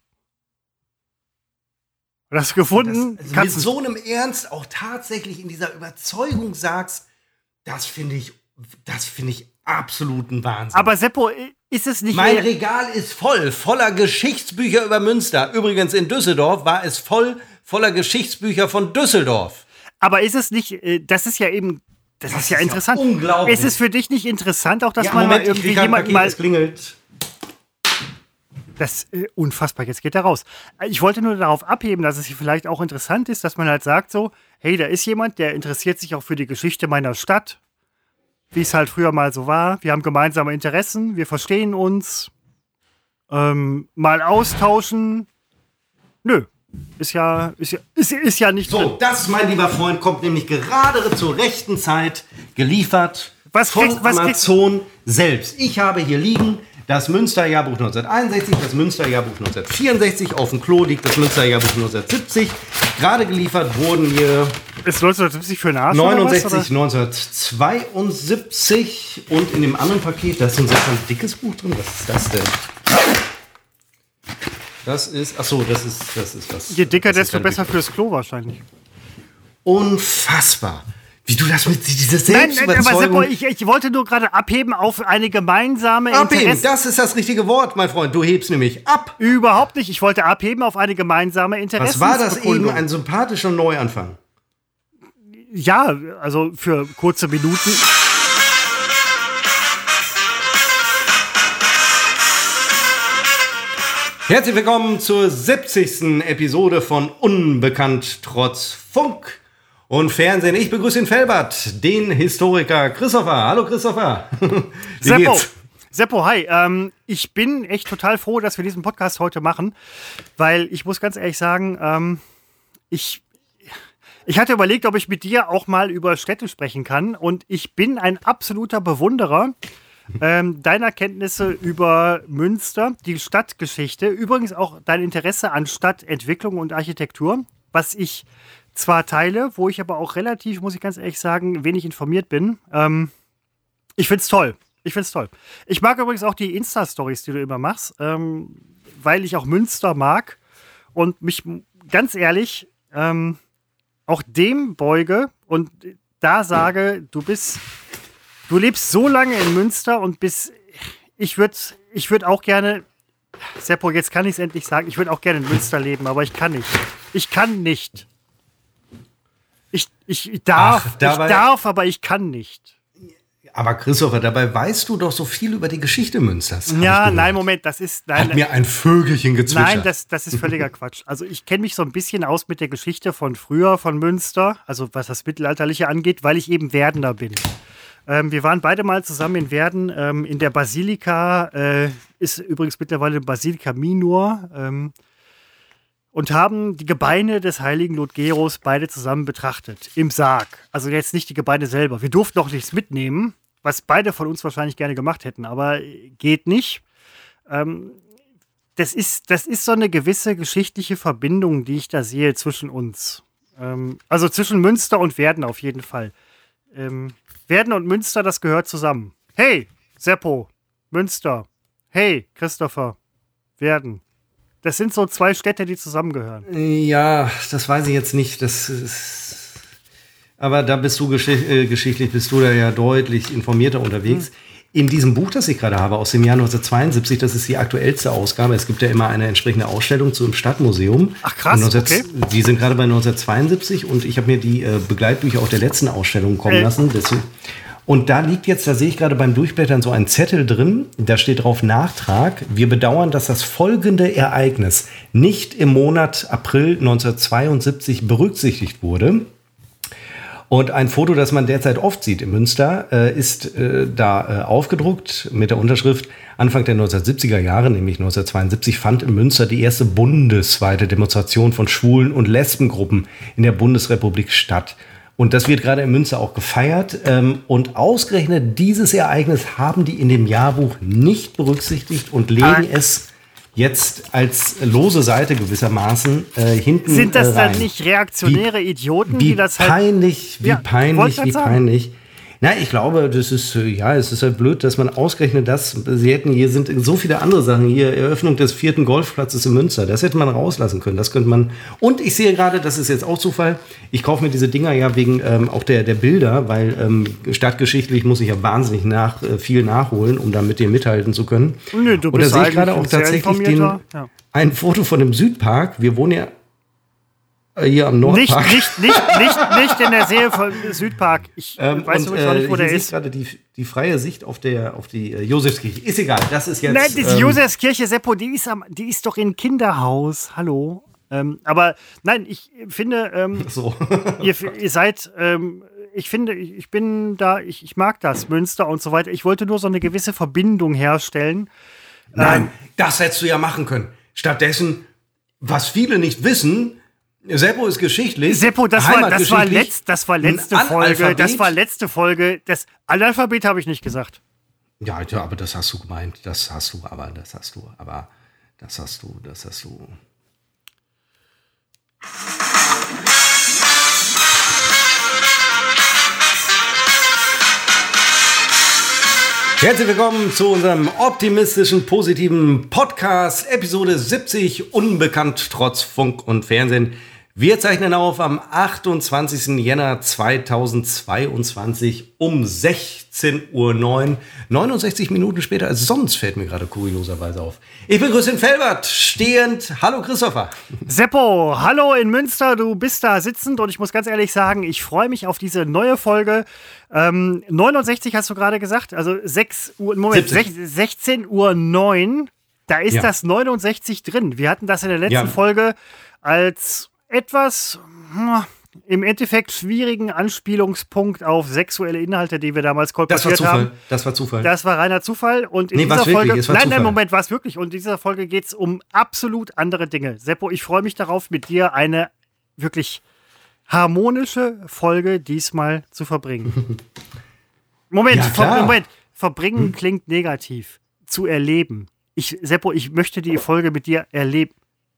Hast du gefunden? Das, also mit so einem Ernst auch tatsächlich in dieser Überzeugung sagst, das finde ich, das finde ich absoluten Wahnsinn. Aber Seppo, ist es nicht... Mein Regal ist voll, voller Geschichtsbücher über Münster. Übrigens in Düsseldorf war es voll, voller Geschichtsbücher von Düsseldorf. Aber ist es nicht, das ist ja eben, das, das ist ja ist interessant. Ja unglaublich. Ist es für dich nicht interessant, auch dass ja, man Moment, mal irgendwie jemanden jemanden mal... Es klingelt. Das ist äh, unfassbar, jetzt geht er raus. Ich wollte nur darauf abheben, dass es hier vielleicht auch interessant ist, dass man halt sagt so, hey, da ist jemand, der interessiert sich auch für die Geschichte meiner Stadt, wie es halt früher mal so war. Wir haben gemeinsame Interessen, wir verstehen uns, ähm, mal austauschen. Nö, ist ja, ist ja, ist, ist ja nicht so. drin. Das, mein lieber Freund, kommt nämlich gerade zur rechten Zeit geliefert was von kriegst, was Amazon kriegst? selbst. Ich habe hier liegen das Münsterjahrbuch neunzehnhunderteinundsechzig, das Münsterjahrbuch neunzehnhundertvierundsechzig, auf dem Klo liegt das Münsterjahrbuch neunzehnhundertsiebzig. Gerade geliefert wurden hier ist neunzehnhundertsiebzig für einen Arsch neunundsechzig, oder was, neunzehnhundertzweiundsiebzig und in dem anderen Paket, da ist so ein sehr dickes Buch drin. Was ist das denn? Das ist, achso, das ist, das ist was. Je dicker, desto besser dicker. Fürs Klo wahrscheinlich. Unfassbar. Wie du das mit dieser Selbstüberzeugung... Nein, nein, aber Seppo, ich, ich wollte nur gerade abheben auf eine gemeinsame Abheben, Interesse... das ist das richtige Wort, mein Freund. Du hebst nämlich ab. Überhaupt nicht. Ich wollte abheben auf eine gemeinsame Interesse. Was war das eben? Ein sympathischer Neuanfang. Ja, also für kurze Minuten... Herzlich willkommen zur siebzigsten Episode von Unbekannt trotz Funk und Fernsehen. Ich begrüße den Felbert, den Historiker Christopher. Hallo Christopher. Wie Seppo. geht's? Seppo, hi. Ähm, ich bin echt total froh, dass wir diesen Podcast heute machen, weil ich muss ganz ehrlich sagen, ähm, ich, ich hatte überlegt, ob ich mit dir auch mal über Städte sprechen kann, und ich bin ein absoluter Bewunderer ähm, deiner Kenntnisse über Münster, die Stadtgeschichte, übrigens auch dein Interesse an Stadtentwicklung und Architektur, was ich zwar teile, wo ich aber auch relativ, muss ich ganz ehrlich sagen, wenig informiert bin. Ähm, ich find's toll. Ich find's toll. Ich mag übrigens auch die Insta-Stories, die du immer machst, ähm, weil ich auch Münster mag und mich ganz ehrlich ähm, auch dem beuge und da sage, du bist, du lebst so lange in Münster und bist, ich würde ich würd auch gerne, Seppo, jetzt kann ich es endlich sagen, ich würde auch gerne in Münster leben, aber ich kann nicht. Ich kann nicht. Ich, ich, ich darf, Ach, dabei, ich darf, aber ich kann nicht. Aber Christopher, dabei weißt du doch so viel über die Geschichte Münsters. Ja, nein, Moment, das ist... Nein, Hat mir ein Vögelchen gezwitschert. Nein, das, das ist völliger Quatsch. Also ich kenne mich so ein bisschen aus mit der Geschichte von früher, von Münster, also was das Mittelalterliche angeht, weil ich eben Werdener bin. Ähm, wir waren beide mal zusammen in Werden, ähm, in der Basilika, äh, ist übrigens mittlerweile Basilika Minor, ähm, und haben die Gebeine des heiligen Ludgerus beide zusammen betrachtet, im Sarg. Also jetzt nicht die Gebeine selber. Wir durften auch nichts mitnehmen, was beide von uns wahrscheinlich gerne gemacht hätten, aber geht nicht. Ähm, das ist, das ist so eine gewisse geschichtliche Verbindung, die ich da sehe zwischen uns. Ähm, also zwischen Münster und Werden auf jeden Fall. Ähm, Werden und Münster, das gehört zusammen. Hey, Seppo, Münster. Hey, Christopher, Werden. Das sind so zwei Städte, die zusammengehören. Ja, das weiß ich jetzt nicht. Das ist, aber da bist du geschicht, äh, geschichtlich, bist du da ja deutlich informierter unterwegs. Hm. In diesem Buch, das ich gerade habe, aus dem Jahr neunzehnhundertzweiundsiebzig, das ist die aktuellste Ausgabe. Es gibt ja immer eine entsprechende Ausstellung zu im Stadtmuseum. Ach krass, neunzehn, okay. Die sind gerade bei neunzehnhundertzweiundsiebzig und ich habe mir die äh, Begleitbücher auch der letzten Ausstellung kommen äh. lassen. Deswegen. Und da liegt jetzt, da sehe ich gerade beim Durchblättern so ein Zettel drin, da steht drauf Nachtrag. Wir bedauern, dass das folgende Ereignis nicht im Monat April neunzehnhundertzweiundsiebzig berücksichtigt wurde. Und ein Foto, das man derzeit oft sieht in Münster, äh, ist äh, da äh, aufgedruckt mit der Unterschrift: Anfang der neunzehnhundertsiebziger Jahre, nämlich neunzehnhundertzweiundsiebzig, fand in Münster die erste bundesweite Demonstration von Schwulen- und Lesbengruppen in der Bundesrepublik statt. Und das wird gerade in Münster auch gefeiert. Ähm, und ausgerechnet dieses Ereignis haben die in dem Jahrbuch nicht berücksichtigt und legen ah. es jetzt als lose Seite gewissermaßen äh, hinten Sind das rein. dann nicht reaktionäre wie, Idioten, wie die das halt... Peinlich, wie ja, peinlich, wie sagen. peinlich. Na, ich glaube, das ist, ja, es ist halt blöd, dass man ausgerechnet das, sie hätten, hier sind so viele andere Sachen, hier Eröffnung des vierten Golfplatzes in Münster, das hätte man rauslassen können, das könnte man, und ich sehe gerade, das ist jetzt auch Zufall, ich kaufe mir diese Dinger ja wegen ähm, auch der, der Bilder, weil ähm, stadtgeschichtlich muss ich ja wahnsinnig nach, äh, viel nachholen, um da mit dir mithalten zu können. Nö, du und bist da sehe ich gerade auch tatsächlich den, ja. ein Foto von dem Südpark, wir wohnen ja hier am Nordpark. Nicht, nicht, nicht, nicht, nicht in der Nähe von Südpark. Ich ähm, weiß übrigens noch nicht, wo der ist. gerade die, die freie Sicht auf, der, auf die äh, Josefskirche. Ist egal, das ist jetzt... Nein, die ähm, Josefskirche, Seppo, die ist, am, die ist doch in Kinderhaus. Hallo. Ähm, aber nein, ich finde, ähm, so. ihr, ihr seid... Ähm, ich finde, ich bin da, ich, ich mag das, Münster und so weiter. Ich wollte nur so eine gewisse Verbindung herstellen. Nein, ähm, das hättest du ja machen können. Stattdessen, was viele nicht wissen... Seppo ist geschichtlich. Seppo, das war, das war, letzt, das war letzte Folge. Das war letzte Folge. Das Analphabet habe ich nicht gesagt. Ja, ja, aber das hast du gemeint. Das hast du, aber das hast du, aber das hast du, das hast du. Herzlich willkommen zu unserem optimistischen, positiven Podcast, Episode siebzig, Unbekannt trotz Funk und Fernsehen. Wir zeichnen auf am achtundzwanzigsten Jänner zweitausendzweiundzwanzig um sechzehn Uhr neun. neunundsechzig Minuten später als sonst, fällt mir gerade kurioserweise auf. Ich begrüße den Felbert, stehend. Hallo Christopher. Seppo, hallo in Münster, du bist da sitzend und ich muss ganz ehrlich sagen, ich freue mich auf diese neue Folge. Ähm, neunundsechzig hast du gerade gesagt, also sechs Uhr, Moment, sechzehn Uhr neun. Da ist Ja. das neunundsechzig drin. Wir hatten das in der letzten Ja. Folge als etwas hm, im Endeffekt schwierigen Anspielungspunkt auf sexuelle Inhalte, die wir damals Das war kolportiert Zufall. haben. Das war Zufall. Das war reiner Zufall. Und in Nee, dieser war's wirklich? Folge. Es war Nein, Zufall. nein, Moment, war es wirklich. Und in dieser Folge geht es um absolut andere Dinge. Seppo, ich freue mich darauf, mit dir eine wirklich harmonische Folge diesmal zu verbringen. Moment, Ja, ver klar. Moment. Verbringen klingt negativ. Zu erleben. Ich, Seppo, ich möchte die Folge mit dir erleben.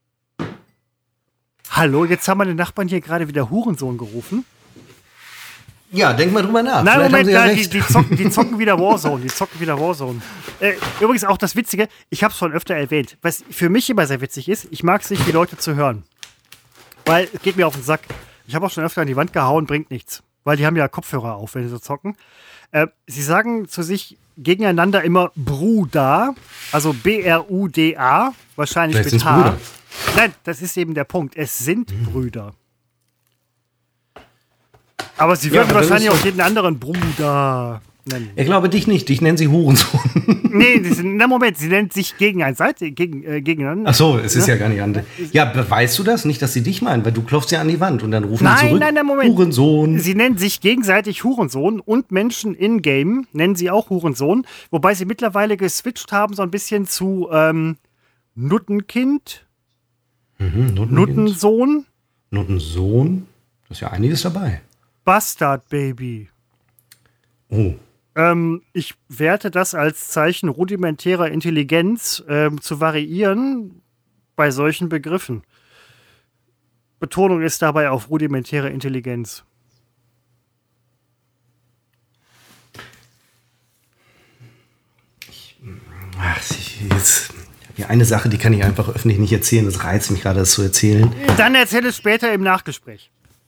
Hallo, jetzt haben meine Nachbarn hier gerade wieder Hurensohn gerufen. Ja, denk mal drüber nach. Nein, Vielleicht Moment, haben sie ja nein, die, recht. die, zocken, die zocken wieder Warzone. Die zocken wieder Warzone. Äh, übrigens auch das Witzige, ich habe es schon öfter erwähnt, was für mich immer sehr witzig ist, ich mag es nicht, die Leute zu hören. Weil es geht mir auf den Sack. Ich habe auch schon öfter an die Wand gehauen, bringt nichts. Weil die haben ja Kopfhörer auf, wenn sie so zocken. Äh, sie sagen zu sich gegeneinander immer Bruder, also B R U D A, wahrscheinlich Vielleicht mit sind's H. Brüder. Nein, das ist eben der Punkt. Es sind Brüder. Aber sie Ja, würden aber das wahrscheinlich ist auch so- jeden anderen Bruder nennen. Ich glaube dich nicht. Dich nennen sie Hurensohn. Nee, die sind, na Moment, sie nennt sich gegen ein Seite, gegen, äh, gegeneinander. Ach so, es ist ja gar nicht an. Ja, weißt du das? Nicht, dass sie dich meinen, weil du klopfst ja an die Wand und dann rufen Nein, die zurück. nein, nein, Moment. Hurensohn. Sie nennen sich gegenseitig Hurensohn und Menschen in-game nennen sie auch Hurensohn, wobei sie mittlerweile geswitcht haben so ein bisschen zu ähm, Nuttenkind, Mhm, Nuttenkind. Nuttensohn, Nuttensohn. Da ist ja einiges dabei. Bastardbaby. Oh. Ähm, ich werte das als Zeichen rudimentärer Intelligenz ähm, zu variieren bei solchen Begriffen. Betonung ist dabei auf rudimentäre Intelligenz. Ach, ich, jetzt. Ja, eine Sache, die kann ich einfach öffentlich nicht erzählen. Das reizt mich gerade, das zu erzählen. Dann erzähl es später im Nachgespräch.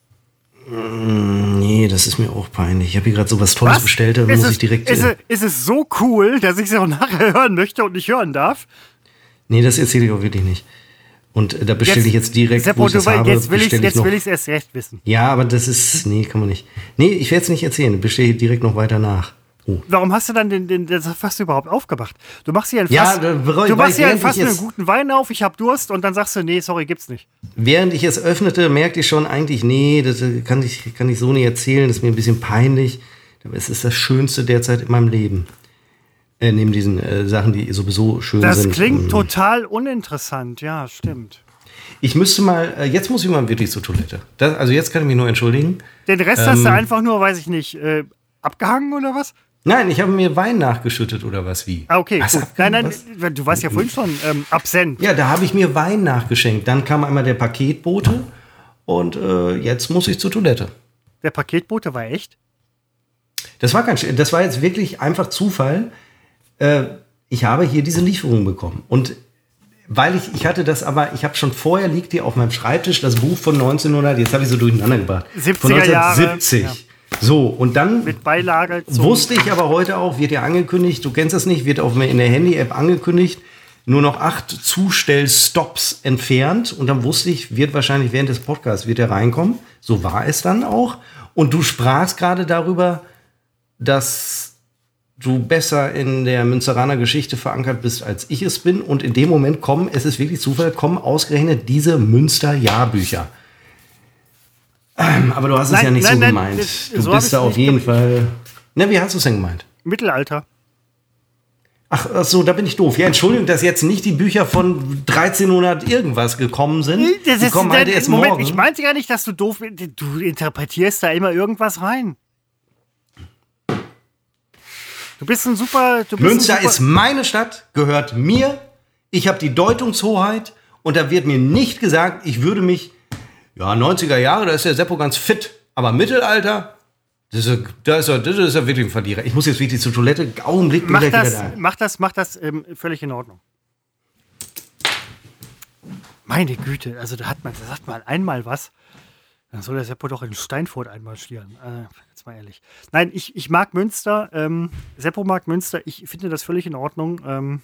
Nee, das ist mir auch peinlich. Ich habe hier gerade so was Tolles bestellt, da Ist muss es, ich direkt. Ist, Äh, es, ist es so cool, dass ich es auch nachher hören möchte und nicht hören darf? nee, das erzähle ich auch wirklich nicht. Und äh, da bestelle ich jetzt direkt, Seppo, wo ich du das wei- habe, jetzt will ich bestelle jetzt noch. will ich es erst recht wissen. Ja, aber das ist. Nee, kann man nicht. Nee, ich werde es nicht erzählen. Bestelle ich direkt noch weiter nach. Oh. Warum hast du dann den, den, das Fass überhaupt aufgemacht? Du machst hier ein Ja, Fass, da bereue- du weil machst hier ein während Fass ich mit einem jetzt- guten Wein auf, ich hab Durst und dann sagst du, nee, sorry, gibt's nicht. Während ich es öffnete, merkte ich schon eigentlich, nee, das äh, kann ich, kann ich so nicht erzählen. Das ist mir ein bisschen peinlich. Aber es ist das Schönste derzeit in meinem Leben. Äh, neben diesen äh, Sachen, die sowieso schön Das sind. klingt Ähm, total uninteressant, ja, stimmt. Ich müsste mal, äh, jetzt muss ich mal wirklich zur Toilette. Das, also jetzt kann ich mich nur entschuldigen. Den Rest hast du Ähm. einfach nur, weiß ich nicht, äh, abgehangen oder was? Nein, ich habe mir Wein nachgeschüttet oder was wie. Ah, okay, Was, gut. abgehangen, Nein, nein, was? du warst ja vorhin schon ähm, absent. Ja, da habe ich mir Wein nachgeschenkt. Dann kam einmal der Paketbote und äh, jetzt muss ich zur Toilette. Der Paketbote war echt? Das war ganz, sch- das war jetzt wirklich einfach Zufall. Äh, ich habe hier diese Lieferung bekommen und weil ich, ich hatte das aber, ich habe schon vorher, liegt hier auf meinem Schreibtisch das Buch von neunzehnhundert, jetzt habe ich so durcheinander gebracht. siebziger von neunzehnhundertsiebzig. Jahre, So, und dann Mit Beilage zum wusste ich aber heute auch, wird ja angekündigt, du kennst das nicht, wird auf mir in der Handy-App angekündigt, nur noch acht Zustellstops entfernt. Und dann wusste ich, wird wahrscheinlich während des Podcasts, wird er reinkommen. So war es dann auch. Und du sprachst gerade darüber, dass du besser in der Münsteraner Geschichte verankert bist, als ich es bin. Und in dem Moment kommen, es ist wirklich Zufall, kommen ausgerechnet diese Münster-Jahrbücher. Ähm, aber du hast es Nein, ja nicht nein, so nein, gemeint. das- Du so hab bist ich's da auf nicht jeden gemeint. Fall. Na, wie hast du es denn gemeint? Mittelalter. Ach, ach so, da bin ich doof. Ja, Entschuldigung, dass jetzt nicht die Bücher von dreizehnhundert irgendwas gekommen sind. Das die ist, kommen dein, halt erst Moment, morgen. ich meinte gar nicht, dass du doof bist. Du interpretierst da immer irgendwas rein. Du bist ein super. Du bist Münster ein super, ist meine Stadt, gehört mir. Ich habe die Deutungshoheit und da wird mir nicht gesagt, ich würde mich, ja, neunziger Jahre, da ist der Seppo ganz fit, aber Mittelalter, das ist, das ist, ja- das ist ja wirklich ein Verlierer. Ich muss jetzt wirklich zur Toilette, Augenblick, bin Mach gleich das, wieder da. mach das, mach das ähm, völlig in Ordnung. Meine Güte, also da hat man, da sagt man einmal was, dann soll der Seppo doch in Steinfurt einmarschieren. Äh, jetzt mal ehrlich. Nein, ich, ich mag Münster, ähm, Seppo mag Münster, ich finde das völlig in Ordnung. Ähm,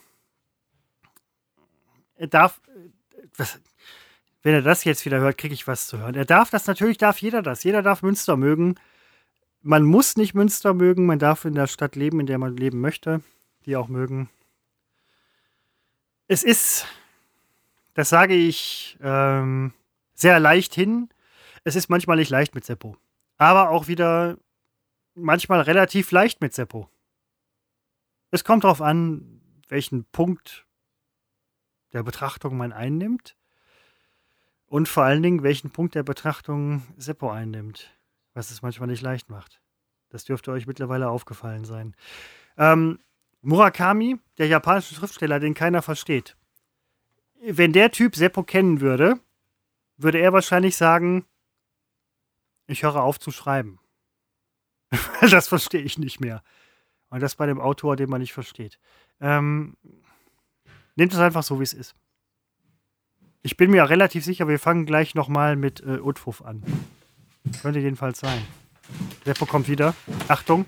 er darf, äh, was, wenn er das jetzt wieder hört, kriege ich was zu hören. Er darf das, natürlich darf jeder das. Jeder darf Münster mögen. Man muss nicht Münster mögen, man darf in der Stadt leben, in der man leben möchte, die auch mögen. es ist, das sage ich ähm, sehr leicht hin, es ist manchmal nicht leicht mit Seppo. Aber auch wieder manchmal relativ leicht mit Seppo. Es kommt darauf an, welchen Punkt der Betrachtung man einnimmt und vor allen Dingen, welchen Punkt der Betrachtung Seppo einnimmt, was es manchmal nicht leicht macht. Das dürfte euch mittlerweile aufgefallen sein. Ähm, Murakami, der japanische Schriftsteller, den keiner versteht. Wenn der Typ Seppo kennen würde, würde er wahrscheinlich sagen, ich höre auf zu schreiben. Das verstehe ich nicht mehr. Und das bei dem Autor, den man nicht versteht. Ähm, nehmt es einfach so, wie es ist. Ich bin mir relativ sicher, wir fangen gleich nochmal mit äh, Utfuff an. Könnte jedenfalls sein. Seppo kommt wieder. Achtung.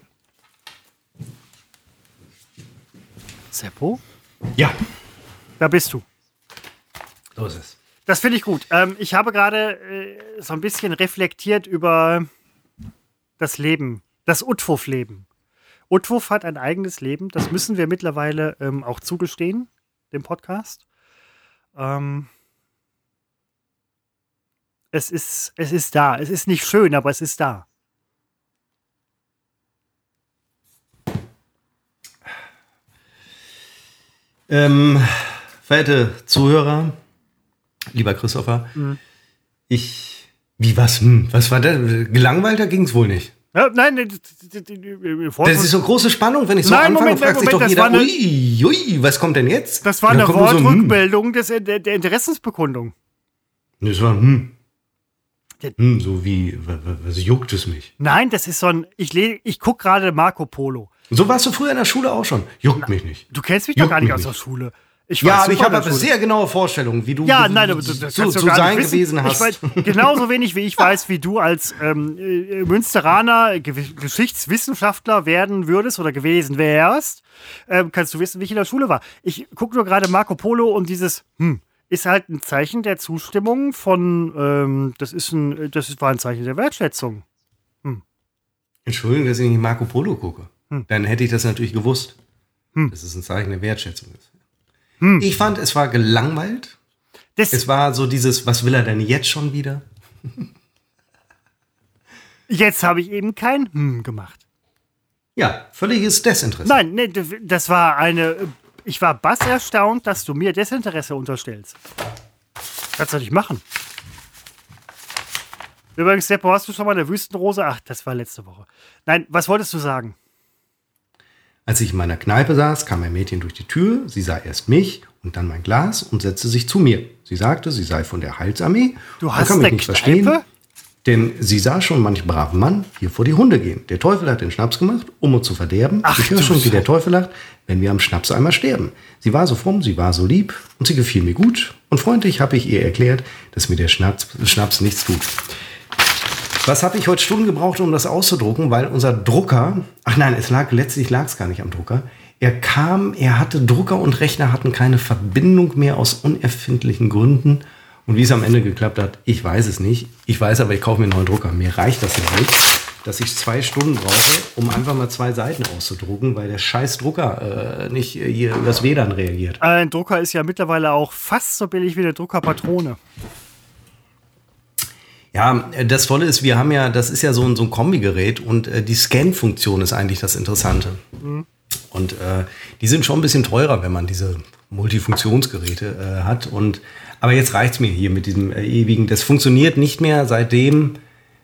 Seppo? Ja. Da bist du. So ist es. Das finde ich gut. Ähm, ich habe gerade äh, so ein bisschen reflektiert über das Leben, das Utfuff-Leben. Utfuff hat ein eigenes Leben, das müssen wir mittlerweile ähm, auch zugestehen, dem Podcast. Ähm, es ist, es ist da. Es ist nicht schön, aber es ist da. Ähm, verehrte Zuhörer, lieber Christopher, mhm. ich, wie was, hm, was war das? Gelangweilter ging's wohl nicht. Ja, nein, das, das ist so große Spannung, wenn ich so nein, anfange, Moment, fragt Moment, sich doch jeder, eine, ui, ui, was kommt denn jetzt? Das war eine So, Wortrückmeldung des, der, der Interessensbekundung. Das war, hm. Hm, so wie, was, was juckt es mich? Nein, das ist so ein, ich, ich gucke gerade Marco Polo. So warst du früher in der Schule auch schon. Juckt Na, mich nicht. Du kennst mich doch gar nicht aus der Schule. Ich ja, aber ich habe aber sehr genaue Vorstellungen, wie du ja, nein, aber du, das zu, zu sein gewesen hast. Ich weiß, genauso wenig wie ich weiß, wie du als ähm, Münsteraner Ge- Geschichtswissenschaftler werden würdest oder gewesen wärst, ähm, kannst du wissen, wie ich in der Schule war. Ich gucke nur gerade Marco Polo und dieses, hm, ist halt ein Zeichen der Zustimmung von, ähm, das ist ein, das war ein Zeichen der Wertschätzung. Hm. Entschuldigung, dass ich nicht Marco Polo gucke. Hm. Dann hätte ich das natürlich gewusst. Hm. Dass es ein Zeichen der Wertschätzung ist. Hm. Ich fand, es war gelangweilt. Das es war so dieses, was will er denn jetzt schon wieder? Jetzt habe ich eben kein Hm gemacht. Ja, völliges Desinteresse. Nein, nee, das war eine, ich war bass erstaunt, dass du mir Desinteresse unterstellst. Kannst du nicht machen. Übrigens, Seppo, hast du schon mal eine Wüstenrose? Ach, das war letzte Woche. Nein, was wolltest du sagen? Als ich in meiner Kneipe saß, kam ein Mädchen durch die Tür. Sie sah erst mich und dann mein Glas und setzte sich zu mir. Sie sagte, sie sei von der Heilsarmee. Du hast eine nicht Kneipe? Verstehen, denn sie sah schon manch braven Mann hier vor die Hunde gehen. Der Teufel hat den Schnaps gemacht, um uns zu verderben. Ach, ich höre schon, wie der Teufel lacht, wenn wir am Schnaps einmal sterben. Sie war so fromm, sie war so lieb und sie gefiel mir gut. Und freundlich habe ich ihr erklärt, dass mir der Schnaps, Schnaps nichts tut. Was habe ich heute Stunden gebraucht, um das auszudrucken? Weil unser Drucker, ach nein, es lag letztlich lag es gar nicht am Drucker. Er kam, er hatte Drucker und Rechner hatten keine Verbindung mehr aus unerfindlichen Gründen. Und wie es am Ende geklappt hat, ich weiß es nicht. Ich weiß aber, ich kaufe mir einen neuen Drucker. Mir reicht das nicht, dass ich zwei Stunden brauche, um einfach mal zwei Seiten auszudrucken, weil der scheiß Drucker äh, nicht äh, hier über das W L A N reagiert. Ein Drucker ist ja mittlerweile auch fast so billig wie eine Druckerpatrone. Ja, das Tolle ist, wir haben ja, das ist ja so ein, so ein Kombigerät und äh, die Scan-Funktion ist eigentlich das Interessante. Mhm. Und äh, die sind schon ein bisschen teurer, wenn man diese Multifunktionsgeräte äh, hat. Und, aber jetzt reicht's mir hier mit diesem äh, ewigen, das funktioniert nicht mehr seitdem,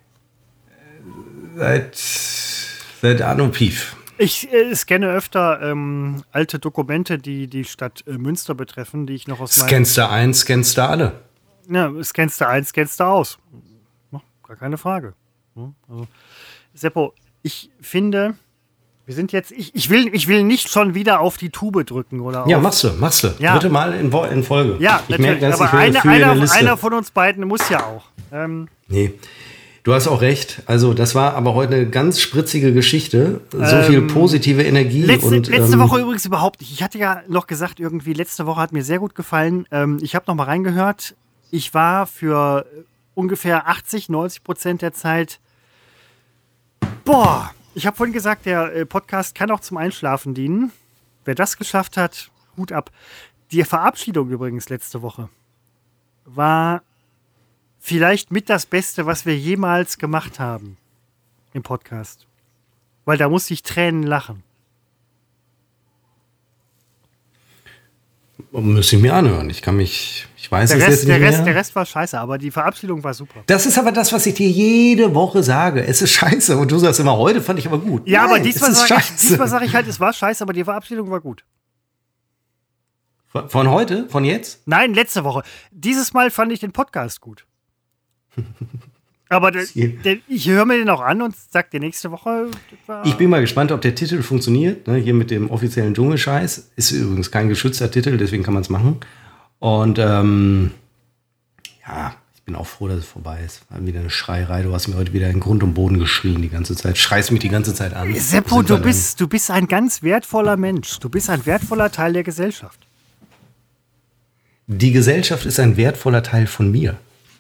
äh, seit, seit Anno Pief. Ich äh, scanne öfter ähm, alte Dokumente, die die Stadt äh, Münster betreffen, die ich noch aus meinem... Scannst du ein, scannst du alle. Ja, scannst du ein, scannst du aus. Gar keine Frage. Also, Seppo, ich finde, wir sind jetzt, ich, ich, will, ich will nicht schon wieder auf die Tube drücken. Oder ja, auf, machst du, machst du. Ja. Dritte Mal in, in Folge. Ja, ich natürlich, merke, dass aber ich eine, einer, einer von uns beiden muss ja auch. Ähm, nee, du hast auch recht. Also das war aber heute eine ganz spritzige Geschichte. So ähm, viel positive Energie. Letzte, und, letzte ähm, Woche übrigens überhaupt nicht. Ich hatte ja noch gesagt, irgendwie letzte Woche hat mir sehr gut gefallen. Ähm, ich habe noch mal reingehört. Ich war für ungefähr achtzig, neunzig Prozent der Zeit. Boah, ich habe vorhin gesagt, der äh, Podcast kann auch zum Einschlafen dienen. Wer das geschafft hat, Hut ab. Die Verabschiedung übrigens letzte Woche war vielleicht mit das Beste, was wir jemals gemacht haben im Podcast. Weil da musste ich Tränen lachen. Müsste ich mir anhören. Ich kann mich, ich weiß der es Rest, jetzt nicht der Rest, mehr. Der Rest war scheiße, aber die Verabschiedung war super. Das ist aber das, was ich dir jede Woche sage. Es ist scheiße. Und du sagst immer, heute fand ich aber gut. Ja, Nein, aber diesmal es ist sage ich, scheiße. diesmal sag ich halt, es war scheiße, aber die Verabschiedung war gut. Von, von heute? Von jetzt? Nein, letzte Woche. Dieses Mal fand ich den Podcast gut. Aber der, der, ich höre mir den auch an und sag dir nächste Woche. Ich bin mal gespannt, ob der Titel funktioniert. Ne, hier mit dem offiziellen Dschungelscheiß. Ist übrigens kein geschützter Titel, deswegen kann man es machen. Und ähm, ja, ich bin auch froh, dass es vorbei ist. War wieder eine Schreierei. Du hast mir heute wieder in Grund und Boden geschrien die ganze Zeit. Schreist mich die ganze Zeit an. Seppo, du bist, du bist ein ganz wertvoller Mensch. Du bist ein wertvoller Teil der Gesellschaft. Die Gesellschaft ist ein wertvoller Teil von mir.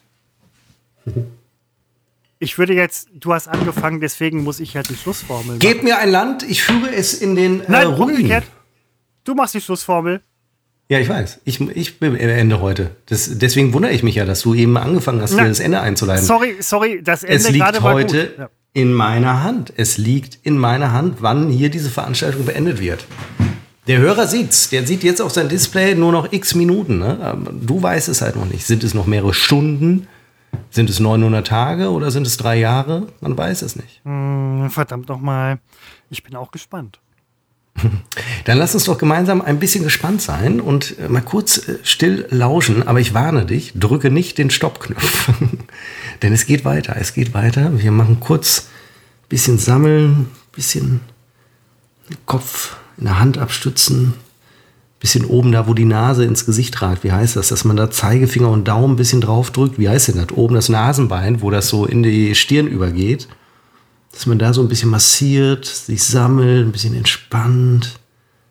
Ich würde jetzt, du hast angefangen, deswegen muss ich halt die Schlussformel machen. Gebt mir ein Land, ich führe es in den Nein, äh, Ruin. umgekehrt. Du machst die Schlussformel. Ja, ich weiß. Ich, ich bin am Ende heute. Das, deswegen wundere ich mich ja, dass du eben angefangen hast, Na, hier das Ende einzuleiten. Sorry, sorry, das Ende Es liegt gerade war heute gut. Ja. in meiner Hand. Es liegt in meiner Hand, wann hier diese Veranstaltung beendet wird. Der Hörer sieht's. Der sieht jetzt auf sein Display nur noch x Minuten. Ne? Aber du weißt es halt noch nicht. Sind es noch mehrere Stunden? Sind es neunhundert Tage oder sind es drei Jahre? Man weiß es nicht. Hm, verdammt nochmal. Ich bin auch gespannt. Dann lass uns doch gemeinsam ein bisschen gespannt sein und mal kurz still lauschen. Aber ich warne dich, drücke nicht den Stoppknopf. Denn es geht weiter, es geht weiter. Wir machen kurz ein bisschen sammeln, ein bisschen den Kopf in der Hand abstützen. Ein bisschen oben da, wo die Nase ins Gesicht ragt. Wie heißt das? Dass man da Zeigefinger und Daumen ein bisschen drauf drückt. Wie heißt denn das? Oben das Nasenbein, wo das so in die Stirn übergeht. Dass man da so ein bisschen massiert, sich sammelt, ein bisschen entspannt.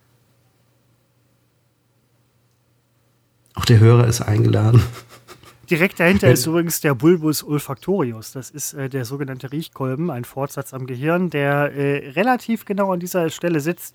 Auch der Hörer ist eingeladen. Direkt dahinter ist übrigens der Bulbus olfactorius. Das ist äh, der sogenannte Riechkolben, ein Fortsatz am Gehirn, der äh, relativ genau an dieser Stelle sitzt.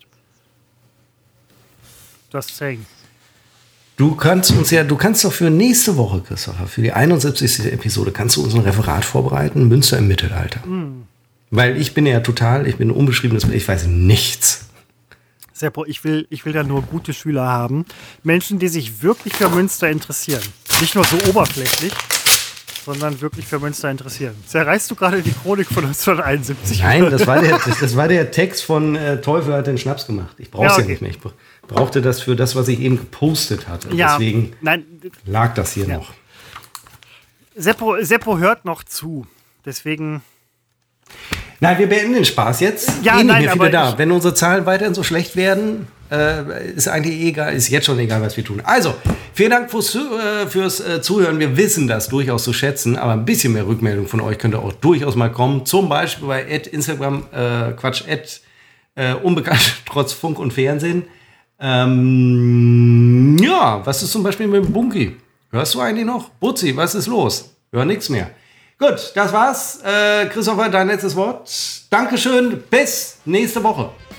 Just saying. Du kannst uns ja, du kannst doch für nächste Woche, Christopher, für die einundsiebzigste Episode, kannst du uns ein Referat vorbereiten, Münster im Mittelalter. Mm. Weil ich bin ja total, ich bin ein unbeschriebenes, ich weiß nichts. Seppo, ich will, ich will da nur gute Schüler haben. Menschen, die sich wirklich für Münster interessieren. Nicht nur so oberflächlich, sondern wirklich für Münster interessieren. Zerreißt du gerade die Chronik von neunzehnhunderteinundsiebzig? Nein, das war der, das, das war der Text von äh, Teufel hat den Schnaps gemacht. Ich brauche es ja, okay. ja nicht mehr. Ich brauchte das für das, was ich eben gepostet hatte. Ja, deswegen nein, lag das hier ja. noch. Seppo, Seppo hört noch zu. Deswegen... Nein, wir beenden den Spaß jetzt. Ja, eh nicht nein, mehr aber viele da. ich- Wenn unsere Zahlen weiterhin so schlecht werden, äh, ist eigentlich egal, ist jetzt schon egal, was wir tun. Also, vielen Dank fürs, äh, fürs äh, Zuhören. Wir wissen das durchaus zu schätzen, aber ein bisschen mehr Rückmeldung von euch könnte auch durchaus mal kommen. Zum Beispiel bei at Instagram, äh, Quatsch, at äh, unbekannt trotz Funk und Fernsehen. Ähm, ja, was ist zum Beispiel mit dem Bunky? Hörst du eigentlich noch? Butzi, was ist los? Hör nichts mehr. Gut, das war's. Äh, Christopher, dein letztes Wort. Dankeschön. Bis nächste Woche.